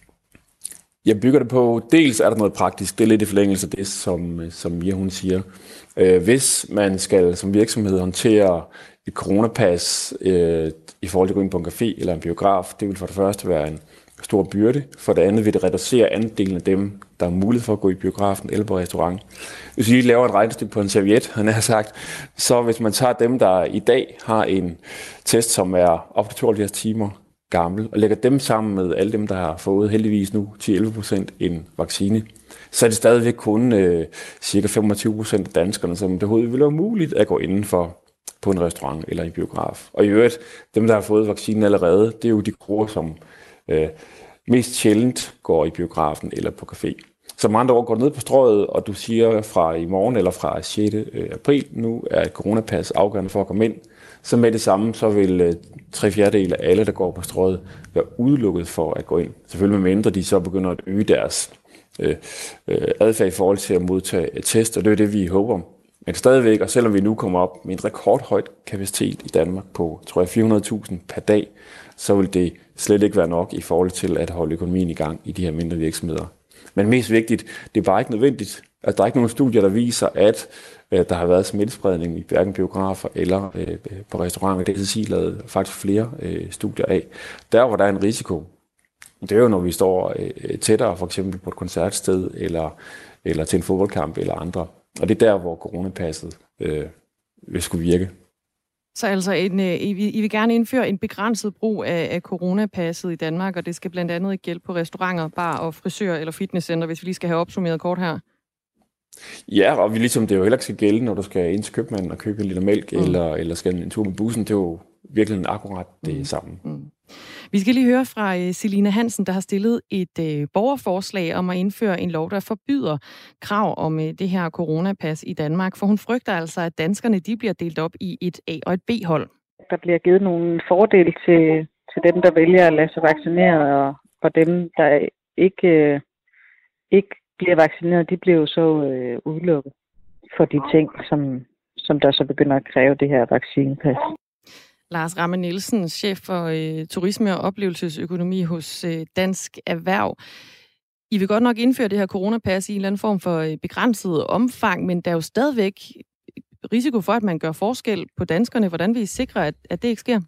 Jeg bygger det på, dels er der noget praktisk, det er lidt i forlængelse af det, som, som Mia hun siger. Øh, hvis man skal som virksomhed håndtere et coronapas øh, i forhold til at gå ind på en café eller en biograf, det vil for det første være en stor byrde. For det andet vil det reducere andelen af dem, der er mulighed for at gå i biografen eller på restaurant. Hvis vi laver et regnestykke på en serviet, han har sagt, så hvis man tager dem, der i dag har en test, som er op til tooghalvfjerds timer gammel, og lægger dem sammen med alle dem, der har fået heldigvis nu ti til elleve procent en vaccine, så er det stadigvæk kun øh, cirka femogtyve procent af danskerne, som det overhovedet vil være muligt at gå indenfor på en restaurant eller en biograf. Og i øvrigt, dem, der har fået vaccinen allerede, det er jo de grupper, som øh, mest sjældent går i biografen eller på café. Som andre ord går ned på strøget, og du siger fra i morgen eller fra sjette april, nu er et coronapas afgørende for at komme ind, så med det samme, så vil tre fjerdedel af alle, der går på strøget, være udelukket for at gå ind. Selvfølgelig med mindre de så begynder at øge deres øh, øh, adfærd i forhold til at modtage test, og det er det, vi håber. Men stadigvæk, og selvom vi nu kommer op med en rekordhøjt kapacitet i Danmark på, tror jeg, fire hundrede tusind per dag, så vil det slet ikke være nok i forhold til at holde økonomien i gang i de her mindre virksomheder. Men mest vigtigt, det er bare ikke nødvendigt. At der er ikke nogen studier, der viser, at øh, der har været smittespredning i hverken biografer eller øh, på restauranter. Det er så lavet faktisk flere øh, studier af. Der, hvor der er en risiko, det er jo, når vi står øh, tættere, for eksempel på et koncertsted eller, eller til en fodboldkamp eller andre. Og det er der, hvor coronapasset øh, vil skulle virke. Så altså, en, I, I vil gerne indføre en begrænset brug af, af coronapasset i Danmark, og det skal blandt andet ikke gælde på restauranter, bar og frisør eller fitnesscenter, hvis vi lige skal have opsummeret kort her. Ja, og vi ligesom det jo heller ikke skal gælde, når du skal ind til købmanden og købe en liter mælk, mm. eller, eller skal en tur med bussen. Det er jo virkelig akkurat det mm. samme. Mm. Vi skal lige høre fra uh, Selina Hansen, der har stillet et uh, borgerforslag om at indføre en lov, der forbyder krav om uh, det her coronapas i Danmark. For hun frygter altså, at danskerne de bliver delt op i et A- og et B-hold. Der bliver givet nogle fordele til, til dem, der vælger at lade sig vaccinere, og, og dem, der ikke, uh, ikke bliver vaccineret, de bliver jo så uh, udelukket for de ting, som, som der så begynder at kræve det her vaccinepas. Lars Ramme Nielsen, chef for øh, turisme og oplevelsesøkonomi hos øh, Dansk Erhverv. I vil godt nok indføre det her coronapas i en eller anden form for øh, begrænset omfang, men der er jo stadigvæk risiko for, at man gør forskel på danskerne. Hvordan vil I sikre, at, at det ikke sker?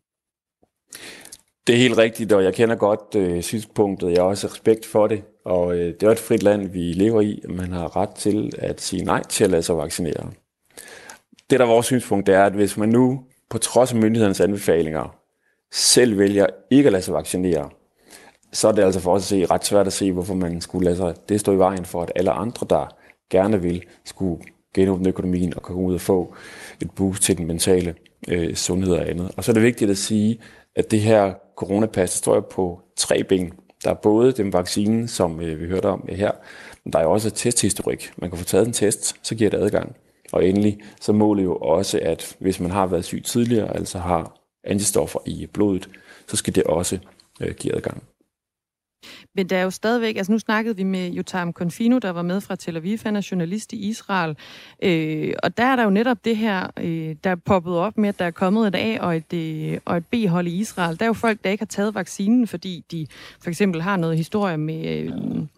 Det er helt rigtigt, og jeg kender godt øh, synspunktet. Jeg har også respekt for det, og øh, det er et frit land, vi lever i. Man har ret til at sige nej til at lade sig vaccinere. Det, der er vores synspunkt, det er, at hvis man nu på trods af myndighedernes anbefalinger, selv vælger ikke at lade sig vaccinere, så er det altså for os at se ret svært at se, hvorfor man skulle lade sig det stå i vejen for, at alle andre, der gerne vil, skulle genåbne økonomien og komme ud og få et boost til den mentale øh, sundhed og andet. Og så er det vigtigt at sige, at det her coronapas står på tre ben. Der er både den vaccine, som øh, vi hørte om her, men der er også testhistorik. Man kan få taget en test, så giver det adgang. Og endelig så måler jo også, at hvis man har været syg tidligere, altså har antistoffer i blodet, så skal det også øh, give adgang. Men der er jo stadigvæk, altså nu snakkede vi med Yotam Confino, der var med fra Tel Aviv, han er journalist i Israel, øh, og der er der jo netop det her, øh, der er poppet op med, at der er kommet et A- og et, øh, og et B-hold i Israel. Der er jo folk, der ikke har taget vaccinen, fordi de for eksempel har noget historie med... Øh,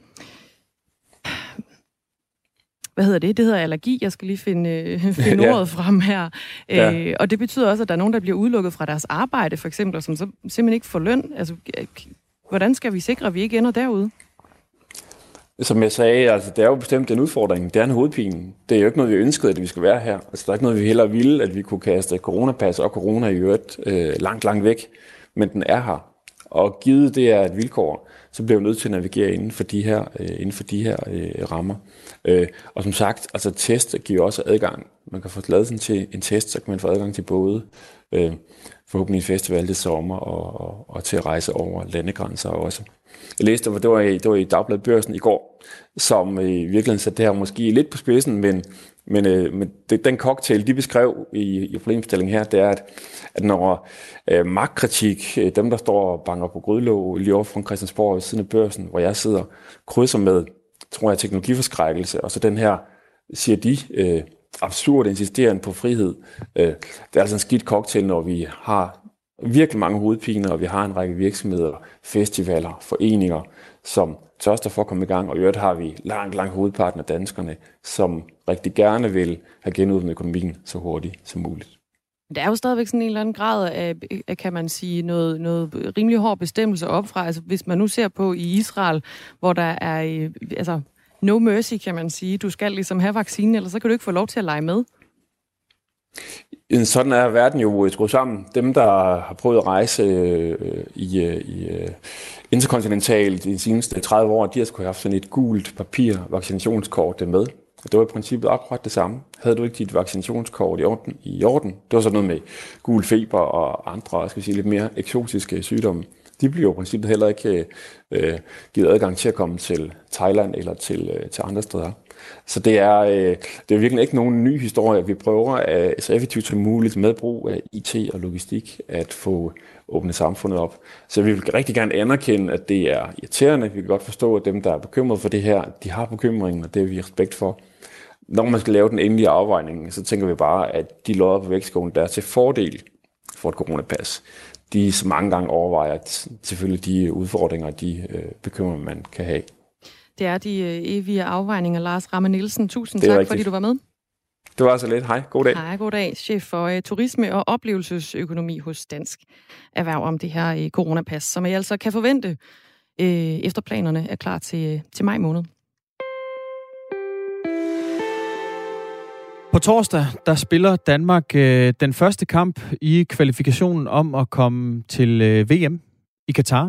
Hvad hedder det? Det hedder allergi. Jeg skal lige finde, finde ja. ordet frem her. Ja. Øh, og det betyder også, at der er nogen, der bliver udelukket fra deres arbejde, for eksempel, som så simpelthen ikke får løn. Altså, hvordan skal vi sikre, at vi ikke ender derude? Som jeg sagde, altså, det er jo bestemt en udfordring. Det er en hovedpine. Det er jo ikke noget, vi ønskede, at vi skal være her. Altså, der er ikke noget, vi heller ville, at vi kunne kaste coronapas og corona i øvrigt øh, langt, langt væk. Men den er her. Og givet det er et vilkår, så bliver vi nødt til at navigere inden for de her, øh, inden for de her øh, rammer. Øh, og som sagt, altså test giver også adgang. Man kan få lavet sådan til en test, så kan man få adgang til både øh, forhåbentlig en festival det sommer og, og, og til at rejse over landegrænser også. Jeg læste, det var i, det var i Dagbladet Børsen i går, som i virkeligheden satte det her måske lidt på spidsen, men, men, øh, men det, den cocktail, de beskrev i, i problemstillingen her, det er, at, at når øh, magtkritik, øh, dem der står og banker på grydelåg lige over fra Christiansborg ved siden af Børsen, hvor jeg sidder, krydser med, tror jeg, teknologiforskrækkelse, og så den her, siger de, øh, absurd insisteren på frihed. Øh, det er altså en skidt cocktail, når vi har virkelig mange hovedpiner, og vi har en række virksomheder, festivaler, foreninger, som tørster for at komme i gang, og i øvrigt har vi langt, langt hovedparten af danskerne, som rigtig gerne vil have genåbnet økonomien så hurtigt som muligt. Der er jo stadigvæk sådan en eller anden grad af, af kan man sige, noget, noget rimelig hård bestemmelse opfra. Altså hvis man nu ser på i Israel, hvor der er altså no mercy, kan man sige. Du skal ligesom have vaccinen, ellers så kan du ikke få lov til at lege med. Sådan er verden jo skruet sammen. Dem, der har prøvet at rejse øh, i, i øh, interkontinentalt de seneste tredive år, de har sgu haft sådan et gult papir vaccinationskort med. Og det var i princippet akkurat det samme. Havde du ikke dit vaccinationskort i orden? I orden? Det var sådan noget med gul feber og andre, skal vi sige, lidt mere eksotiske sygdomme. de bliver jo i princippet heller ikke øh, givet adgang til at komme til Thailand eller til, øh, til andre steder. Så det er, øh, det er virkelig ikke nogen ny historie. Vi prøver at, så effektivt som muligt med brug af I T og logistik at få åbnet samfundet op. Så vi vil rigtig gerne anerkende, at det er irriterende. Vi kan godt forstå, at dem, der er bekymrede for det her, de har bekymringen, og det har vi respekt for. Når man skal lave den endelige afvejning, så tænker vi bare, at de lodder på vægtskålen, der er til fordel for et coronapas, de så mange gange overvejer selvfølgelig de udfordringer og de øh, bekymringer, man kan have. Det er de øh, evige afvejninger. Lars Ramme Nielsen, tusind tak, rigtigt. fordi du var med. Det var så lidt. Hej, god dag. Hej, god dag. Chef for uh, turisme og oplevelsesøkonomi hos Dansk Erhverv om det her uh, coronapas, som I altså kan forvente, uh, efter planerne er klar til, uh, til maj måned. På torsdag, der spiller Danmark øh, den første kamp i kvalifikationen om at komme til øh, V M i Katar.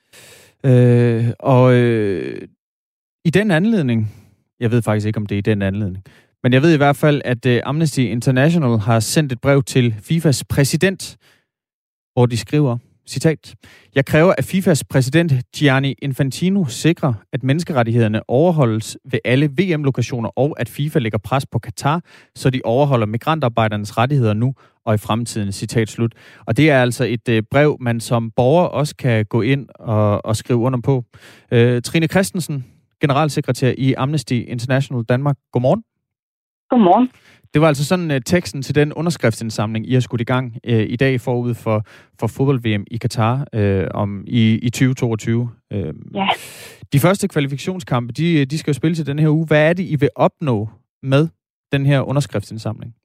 Øh, og øh, i den anledning, jeg ved faktisk ikke, om det er i den anledning, men jeg ved i hvert fald, at øh, Amnesty International har sendt et brev til FIFAs præsident, hvor de skriver, citat, jeg kræver, at FIFAs præsident Gianni Infantino sikrer, at menneskerettighederne overholdes ved alle V M-lokationer, og at FIFA lægger pres på Katar, så de overholder migrantarbejdernes rettigheder nu og i fremtiden, citat slut. Og det er altså et øh, brev, man som borger også kan gå ind og, og skrive under på. Øh, Trine Christensen, generalsekretær i Amnesty International Danmark. Godmorgen. Godmorgen. Det var altså sådan uh, teksten til den underskriftsindsamling, I har skudt i gang uh, i dag forud for, for fodbold-V M i Katar uh, om, i, i tyve toogtyve. Uh, ja. De første kvalifikationskampe, de, de skal jo spille til den her uge. Hvad er det, I vil opnå med den her underskriftsindsamling?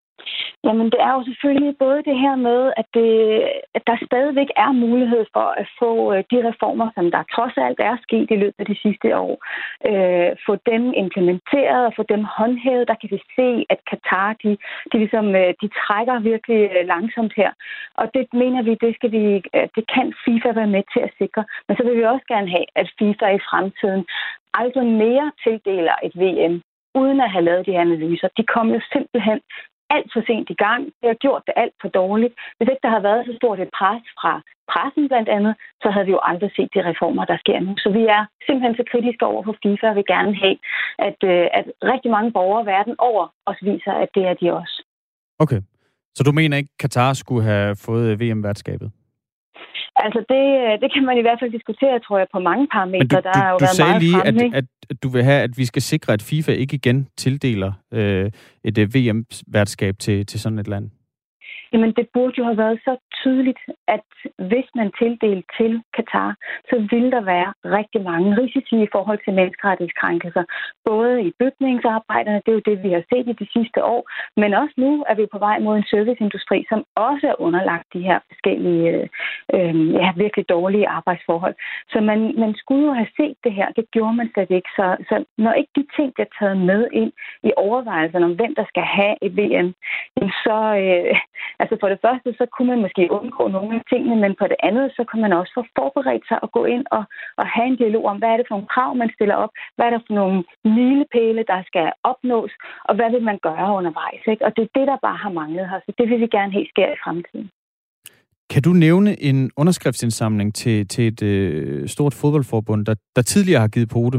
Jamen, det er jo selvfølgelig både det her med, at, det, at der stadigvæk er mulighed for at få de reformer, som der trods alt er sket i løbet af de sidste år, øh, få dem implementeret og få dem håndhævet. Der kan vi se, at Katar, de, de, ligesom, de trækker virkelig langsomt her. Og det mener vi, det, skal vi, det kan FIFA være med til at sikre. Men så vil vi også gerne have, at FIFA i fremtiden aldrig mere tildeler et V M, uden at have lavet de her analyser. De kom jo simpelthen alt for sent i gang. Det har gjort det alt for dårligt. Hvis ikke der har været så stort et pres fra pressen blandt andet, så havde vi jo aldrig set de reformer, der sker nu. Så vi er simpelthen så kritiske over for FIFA og vil gerne have, at, at rigtig mange borgere verden over os viser, at det er de også. Okay. Så du mener ikke, Katar skulle have fået V M-værtskabet? Altså, det, det kan man i hvert fald diskutere, tror jeg, på mange parametre. Du, du, der er jo du sagde lige, fremme, at, at du vil have, at vi skal sikre, at FIFA ikke igen tildeler øh, et V M-værtskab til, til sådan et land. Jamen, det burde jo have været så tydeligt, at hvis man tildelte til Katar, så ville der være rigtig mange risici i forhold til menneskerettighedskrænkelser. Både i bygningsarbejderne, det er jo det, vi har set i de sidste år, men også nu er vi på vej mod en serviceindustri, som også er underlagt de her forskellige, øh, ja, virkelig dårlige arbejdsforhold. Så man, man skulle jo have set det her, det gjorde man slet ikke. Så, så når ikke de ting bliver taget med ind i overvejelserne om, hvem der skal have et V M, så... Øh, Altså for det første, så kunne man måske undgå nogle af tingene, men på det andet, så kan man også få forberedt sig og gå ind og, og have en dialog om, hvad er det for nogle krav, man stiller op, hvad er det for nogle milepæle, der skal opnås, og hvad vil man gøre undervejs, ikke? Og det er det, der bare har manglet her, så det vil vi gerne have sker i fremtiden. Kan du nævne en underskriftsindsamling til, til et øh, stort fodboldforbund, der, der tidligere har givet pote?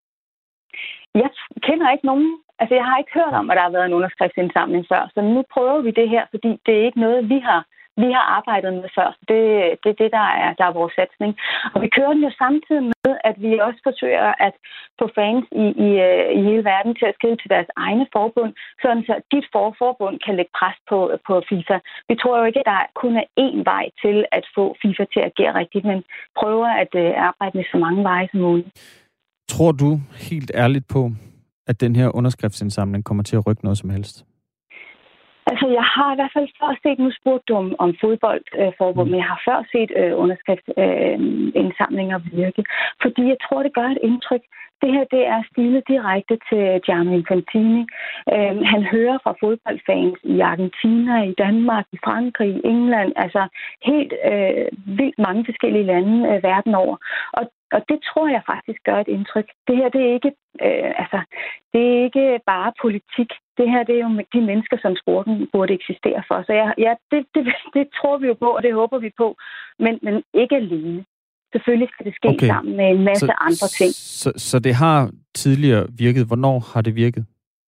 Jeg kender ikke nogen. Altså, jeg har ikke hørt om, at der har været en underskriftsindsamling før, så nu prøver vi det her, fordi det er ikke noget, vi har, vi har arbejdet med før. Det er det, det, der er, der er vores satsning. Og vi kører den jo samtidig med, at vi også forsøger at få fans i, i, i hele verden til at skrive til deres egne forbund, sådan så dit forbund kan lægge pres på, på FIFA. Vi tror jo ikke, at der kun er én vej til at få FIFA til at agere rigtigt, men prøver at uh, arbejde med så mange veje som muligt. Tror du helt ærligt på, at den her underskriftsindsamling kommer til at rykke noget som helst? Altså, jeg har i hvert fald før set, nu spurgte du om, om fodboldforbund, øh, men jeg har før set øh, underskriftsindsamlinger øh, virke, fordi jeg tror, det gør et indtryk. Det her, det er stilet direkte til Gianni Infantino. Øh, han hører fra fodboldfans i Argentina, i Danmark, i Frankrig, i England, altså helt øh, vildt mange forskellige lande øh, verden over. Og Og det tror jeg faktisk gør et indtryk. Det her, det er ikke, øh, altså, det er ikke bare politik. Det her, det er jo de mennesker, som sporten burde eksistere for. Så ja, ja det, det, det tror vi jo på, og det håber vi på, men, men ikke alene. Selvfølgelig skal det ske okay. sammen med en masse så, andre ting. Så, så det har tidligere virket. Hvornår har det virket?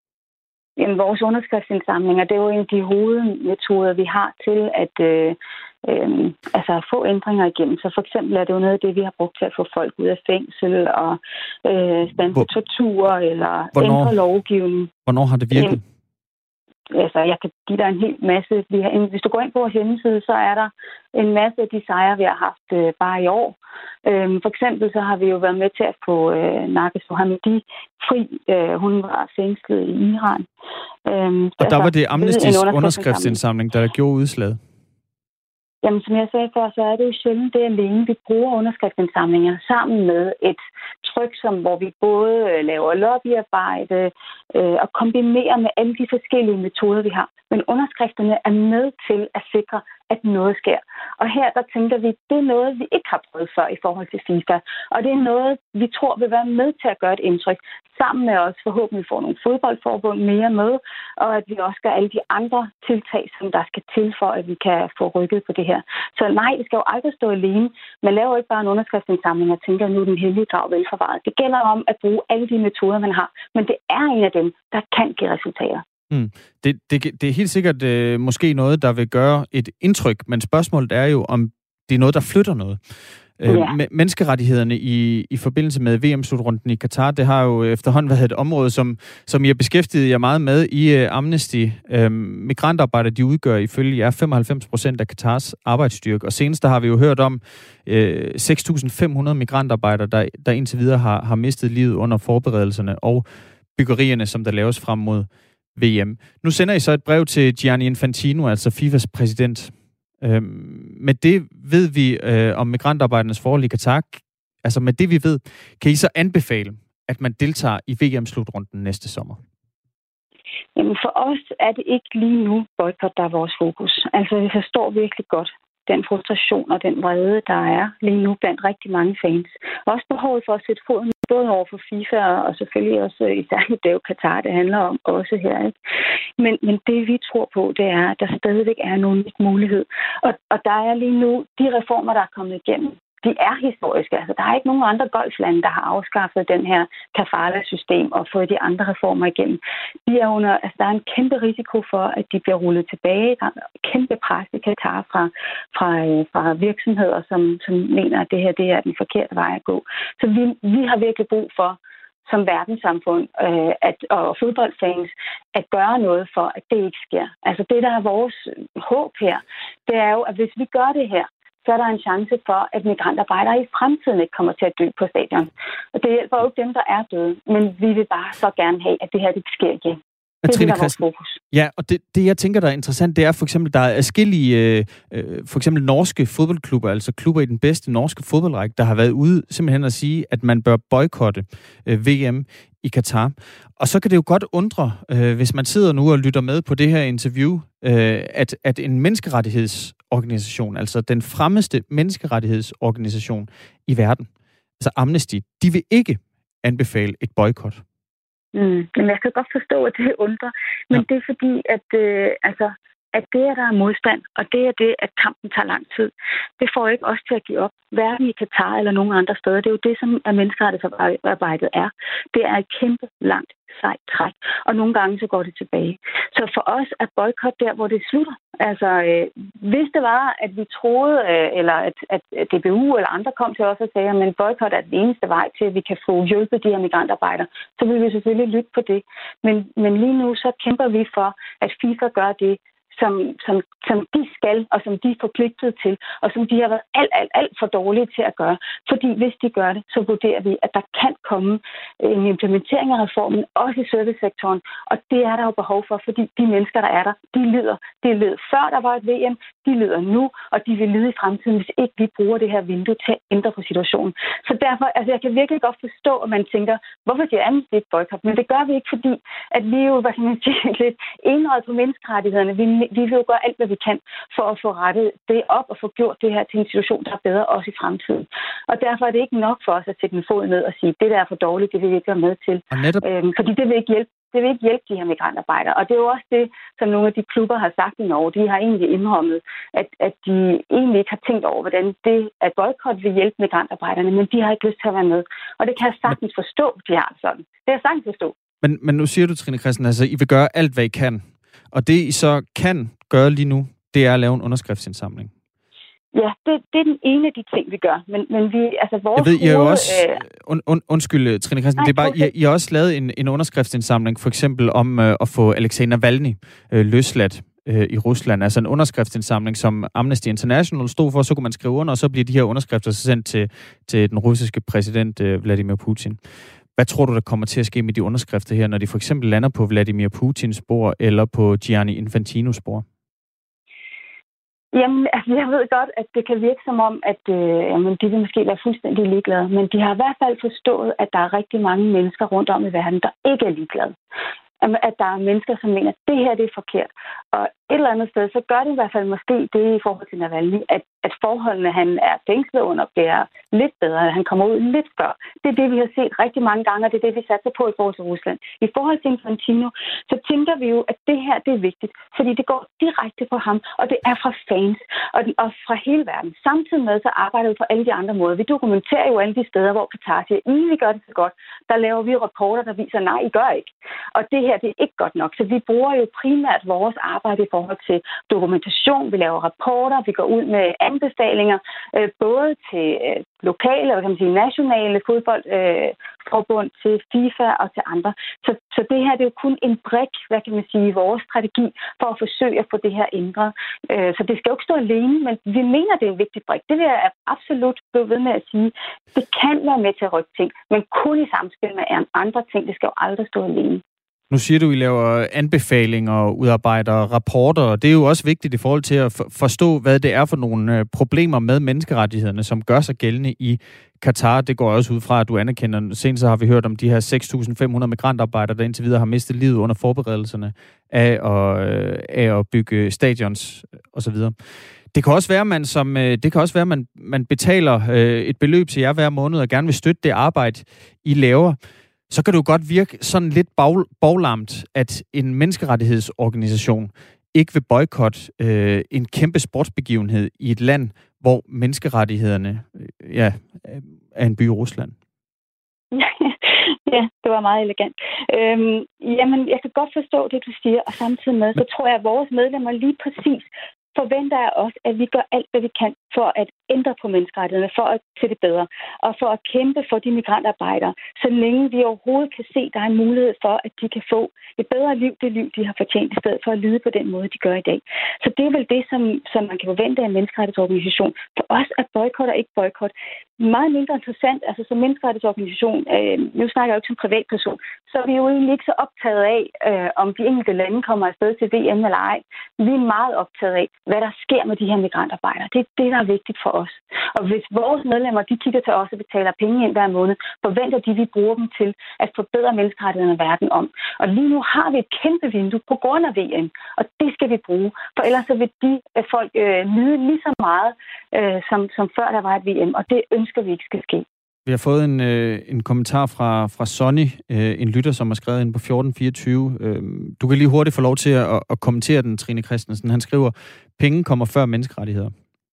Jamen, vores underskriftsindsamlinger, det er jo en af de hovedmetoder, vi har til at øh, øh, altså få ændringer igennem. Så for eksempel er det jo noget af det, vi har brugt til at få folk ud af fængsel og øh, standse tortur eller hvornår, ændre lovgivning. Hvornår har det virket? Øh, Altså, jeg kan give dig en hel masse. Vi har, hvis du går ind på vores hjemmeside, så er der en masse af de sejre, vi har haft øh, bare i år. Øhm, for eksempel så har vi jo været med til at få øh, Narges Mohammadi fri. Øh, hun var fængslet i Iran. Øhm, og der altså, var det Amnestys underskriftsindsamling, der gjorde udslaget? Jamen, som jeg sagde før, så er det jo sjældent det alene. Vi bruger underskriftsindsamlinger sammen med et tryk, som, hvor vi både laver lobbyarbejde øh, og kombinerer med alle de forskellige metoder, vi har. Men underskrifterne er med til at sikre, at noget sker. Og her der tænker vi, det er noget, vi ikke har prøvet før i forhold til FIFA. Og det er noget, vi tror vil være med til at gøre et indtryk. Sammen med os forhåbentlig får nogle fodboldforbund mere med, og at vi også gør alle de andre tiltag, som der skal til for, at vi kan få rykket på det her. Så nej, det skal jo aldrig stå alene. Man laver ikke bare en underskriftsindsamling og tænker, nu er den hellige grav velforvaret. Det gælder om at bruge alle de metoder, man har. Men det er en af dem, der kan give resultater. Mm. Det, det, det er helt sikkert øh, måske noget, der vil gøre et indtryk, men spørgsmålet er jo, om det er noget, der flytter noget. Ja. Øh, menneskerettighederne i, i forbindelse med V M-slutrunden i Katar, det har jo efterhånden været et område, som, som I har beskæftiget jer meget med i uh, Amnesty. Øh, migrantarbejdere, de udgør ifølge jer femoghalvfems procent af Katars arbejdsstyrke, og senest der har vi jo hørt om øh, seks tusind fem hundrede migrantarbejdere, der, der indtil videre har, har mistet livet under forberedelserne og byggerierne, som der laves frem mod V M. Nu sender I så et brev til Gianni Infantino, altså FIFAs præsident. Øhm, med det ved vi øh, om migrantarbejdernes forhold i Katar. Altså med det vi ved, kan I så anbefale, at man deltager i V M-slutrunden næste sommer? Jamen for os er det ikke lige nu boykot, der er vores fokus. Altså vi forstår virkelig godt den frustration og den vrede, der er lige nu blandt rigtig mange fans. Også behovet for at sætte foden både over for FIFA og selvfølgelig også især i det Katar, det handler om også her. Ikke? Men, men det vi tror på, det er, at der stadigvæk er nogen mulighed. Og, og der er lige nu de reformer, der er kommet igennem. De er historiske. Altså, der er ikke nogen andre golflande, der har afskaffet den her kafala-system og fået de andre reformer igennem. De er under, altså, der er en kæmpe risiko for, at de bliver rullet tilbage. Der er en kæmpe pres i Katar fra, fra, fra virksomheder, som, som mener, at det her det er den forkerte vej at gå. Så vi, vi har virkelig brug for, som verdenssamfund øh, at, og fodboldfans, at gøre noget for, at det ikke sker. Altså det, der er vores håb her, det er jo, at hvis vi gør det her, så er der en chance for, at migrantarbejdere i fremtiden ikke kommer til at dø på stadion. Og det hjælper jo ikke dem, der er døde, men vi vil bare så gerne have, at det her ikke sker igen. Det er vores fokus. Ja, og det, det, jeg tænker, der er interessant, det er for eksempel, der er adskillige, øh, for eksempel norske fodboldklubber, altså klubber i den bedste norske fodboldrække, der har været ude simpelthen at sige, at man bør boykotte øh, V M i Katar. Og så kan det jo godt undre, øh, hvis man sidder nu og lytter med på det her interview, øh, at, at en menneskerettighedsorganisation, altså den fremmeste menneskerettighedsorganisation i verden, altså Amnesty, de vil ikke anbefale et boykot. Mm. Men jeg kan godt forstå, at det undrer. Men ja. Det er fordi, at, øh, altså, at det, at der er modstand, og det er det, at kampen tager lang tid, det får ikke os til at give op. Hverken i Katar eller nogen andre steder. Det er jo det, som menneskerettighedsarbejdet er. Det er et kæmpe langt sejt træk. Og nogle gange så går det tilbage. Så for os er boykot der, hvor det slutter. Altså, øh, hvis det var, at vi troede, øh, eller at, at D B U eller andre kom til os og sagde, at boykot er den eneste vej til, at vi kan få hjulpet de her migrantarbejdere, så vil vi selvfølgelig lytte på det. Men, men lige nu så kæmper vi for, at FIFA gør det, Som, som, som de skal, og som de er forpligtet til, og som de har været alt, alt, alt for dårlige til at gøre. Fordi hvis de gør det, så vurderer vi, at der kan komme en implementering af reformen, også i servicesektoren, og det er der jo behov for, fordi de mennesker, der er der, de lider. De led før der var et V M, de lider nu, og de vil lide i fremtiden, hvis ikke vi bruger det her vindue til at ændre på situationen. Så derfor, altså jeg kan virkelig godt forstå, at man tænker, hvorfor siger Amnesty ikke boykot? Men det gør vi ikke, fordi at vi jo, hvad kan man sige, lidt enøjet på menneskerettighederne. Vi vi vil jo gøre alt, hvad vi kan for at få rettet det op og få gjort det her til en situation, der er bedre også i fremtiden. Og derfor er det ikke nok for os at sætte en fod ned og sige, det der er for dårligt, det vil vi ikke være med til. Netop... Øhm, fordi det vil ikke hjælpe. Det vil ikke hjælpe de her migrantarbejdere. Og det er jo også det, som nogle af de klubber har sagt i Norge. De har egentlig indrømmet, at, at de egentlig ikke har tænkt over, hvordan det at boykot vil hjælpe migrantarbejderne, men de har ikke lyst til at være med. Og det kan jeg sagtens forstå, de har sådan. Det kan jeg sagtens forstå. Men, men nu siger du, Trine Christen, altså I vil gøre alt, hvad I kan. Og det I så kan gøre lige nu, det er at lave en underskriftsindsamling. Ja, det, det er den ene af de ting, vi gør. Men, men vi, altså vores Jeg ved, I har jo også... Øh... Und, und, undskyld, Trine Christen, det er bare, I, I har også lavet en, en underskriftsindsamling, for eksempel om øh, at få Alexej Navalny øh, løsladt øh, i Rusland. Altså en underskriftsindsamling, som Amnesty International stod for, så kunne man skrive under, og så bliver de her underskrifter sendt til, til den russiske præsident øh, Vladimir Putin. Hvad tror du, der kommer til at ske med de underskrifter her, når de for eksempel lander på Vladimir Putins spor, eller på Gianni Infantinos spor? Jamen, altså, jeg ved godt, at det kan virke som om, at øh, jamen, de vil måske være fuldstændig ligeglade. Men de har i hvert fald forstået, at der er rigtig mange mennesker rundt om i verden, der ikke er ligeglade. At der er mennesker, som mener, at det her det er forkert. Og et eller andet sted, så gør det i hvert fald måske det i forhold til Navalny, at, at forholdene, han er fængslet under, bliver lidt bedre. Han kommer ud lidt før. Det er det, vi har set rigtig mange gange, og det er det, vi satser på i forhold til Rusland. I forhold til Infantino, så tænker vi jo, at det her det er vigtigt, fordi det går direkte på ham, og det er fra fans og, den, og fra hele verden. Samtidig med, så arbejder vi på alle de andre måder. Vi dokumenterer jo alle de steder, hvor Qatar siger, I vi gør det så godt. Der laver vi rapporter, der viser, nej, I gør ikke. Og det her, det er ikke godt nok. Så vi bruger jo primært vores arbejde i forhold til dokumentation. Vi laver rapporter, vi går ud med anbefalinger, øh, både til øh, lokale og kan man sige, nationale fodboldforbund, øh, til FIFA og til andre. Så, så det her det er jo kun en brik, hvad kan man sige, i vores strategi for at forsøge at få det her ændret. Øh, så det skal jo ikke stå alene, men vi mener, det er en vigtig brik. Det vil jeg absolut blive ved med at sige. Det kan være med til at rykke ting, men kun i samspil med andre ting. Det skal jo aldrig stå alene. Nu siger du, at I laver anbefalinger og udarbejder rapporter, og det er jo også vigtigt i forhold til at forstå, hvad det er for nogle problemer med menneskerettighederne, som gør sig gældende i Katar. Det går også ud fra, at du anerkender. Senest så har vi hørt om de her seks tusind fem hundrede migrantarbejdere, der indtil videre har mistet livet under forberedelserne af at, af at bygge stadions osv. Det kan også være, man som det kan også være, man man betaler et beløb til jer hver måned og gerne vil støtte det arbejde, I laver. Så kan det jo godt virke sådan lidt bag, baglamt, at en menneskerettighedsorganisation ikke vil boykotte øh, en kæmpe sportsbegivenhed i et land, hvor menneskerettighederne øh, ja, er en by i Rusland. Ja, det var meget elegant. Øhm, jamen, jeg kan godt forstå det, du siger, og samtidig med, så tror jeg, at vores medlemmer lige præcis forventer jeg også, at vi gør alt, hvad vi kan for at ændre på menneskerettighederne, for at se det bedre, og for at kæmpe for de migrantarbejdere, så længe vi overhovedet kan se, at der er en mulighed for, at de kan få et bedre liv, det liv, de har fortjent, i stedet for at lide på den måde, de gør i dag. Så det er vel det, som, som man kan forvente af en menneskerettighedsorganisation. For os er boykot og ikke boykot meget mindre interessant. Altså som menneskerettighedsorganisation, øh, nu snakker jeg jo ikke som privatperson, så er vi jo egentlig ikke så optaget af, øh, om de enkelte lande kommer afsted til V M eller ej. Vi er meget optaget af, hvad der sker med de her migrantarbejdere. Det er det, der er vigtigt for os. Og hvis vores medlemmer, de kigger til os og betaler penge ind hver måned, forventer de, at vi bruger dem til at forbedre menneskerettighederne verden om. Og lige nu har vi et kæmpe vindue på grund af V M, og det skal vi bruge. For ellers så vil de folk øh, lide lige så meget, øh, som, som før der var et V M, og det ønsker vi ikke skal ske. Vi har fået en, øh, en kommentar fra, fra Sonny, øh, en lytter, som har skrevet ind på fjorten fireogtyve. Øh, du kan lige hurtigt få lov til at, at kommentere den, Trine Christensen. Han skriver, penge kommer før menneskerettigheder.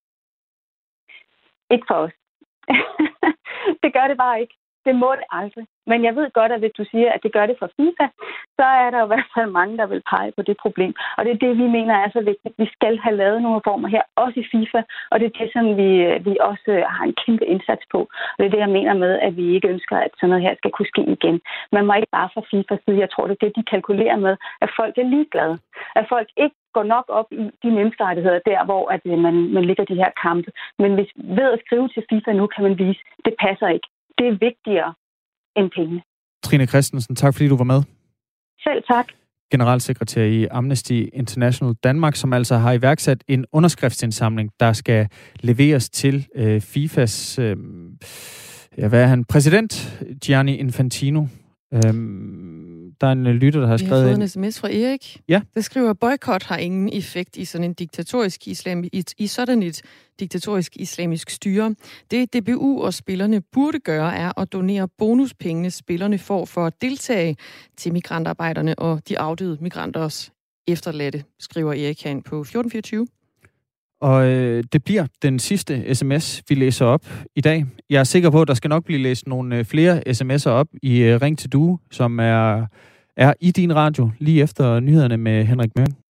Ikke for os. Det gør det bare ikke. Det må det aldrig. Men jeg ved godt, at hvis du siger, at det gør det for FIFA, så er der i hvert fald mange, der vil pege på det problem. Og det er det, vi mener er så vigtigt. Vi skal have lavet nogle reformer her, også i FIFA, og det er det, som vi, vi også har en kæmpe indsats på. Og det er det, jeg mener med, at vi ikke ønsker, at sådan noget her skal kunne ske igen. Man må ikke bare fra FIFAs side. Jeg tror, det er det, de kalkulerer med, at folk er ligeglade. At folk ikke går nok op i de menneskerettigheder der, hvor at man, man ligger de her kampe. Men hvis ved at skrive til FIFA nu, kan man vise, at det passer ikke. Det er vigtigere end penge. Trine Christensen, tak fordi du var med. Selv tak. Generalsekretær i Amnesty International Danmark, som altså har iværksat en underskriftsindsamling, der skal leveres til øh, FIFAs øh, ja, hvad er han? præsident, Gianni Infantino. Øhm, Der er en øh, lytter, der har Vi skrevet... har fået en en sms fra Erik. Ja. Der skriver, boykot har ingen effekt i sådan en diktatorisk islam, i, i sådan et diktatorisk islamisk styre. Det D B U og spillerne burde gøre, er at donere bonuspengene, spillerne får for at deltage til migrantarbejderne og de afdøde migranters efterladte, skriver Erik herinde på fjorten fireogtyve. Og øh, det bliver den sidste sms, vi læser op i dag. Jeg er sikker på, at der skal nok blive læst nogle øh, flere sms'er op i øh, Ring til Due, som er, er i din radio lige efter nyhederne med Henrik Mørn.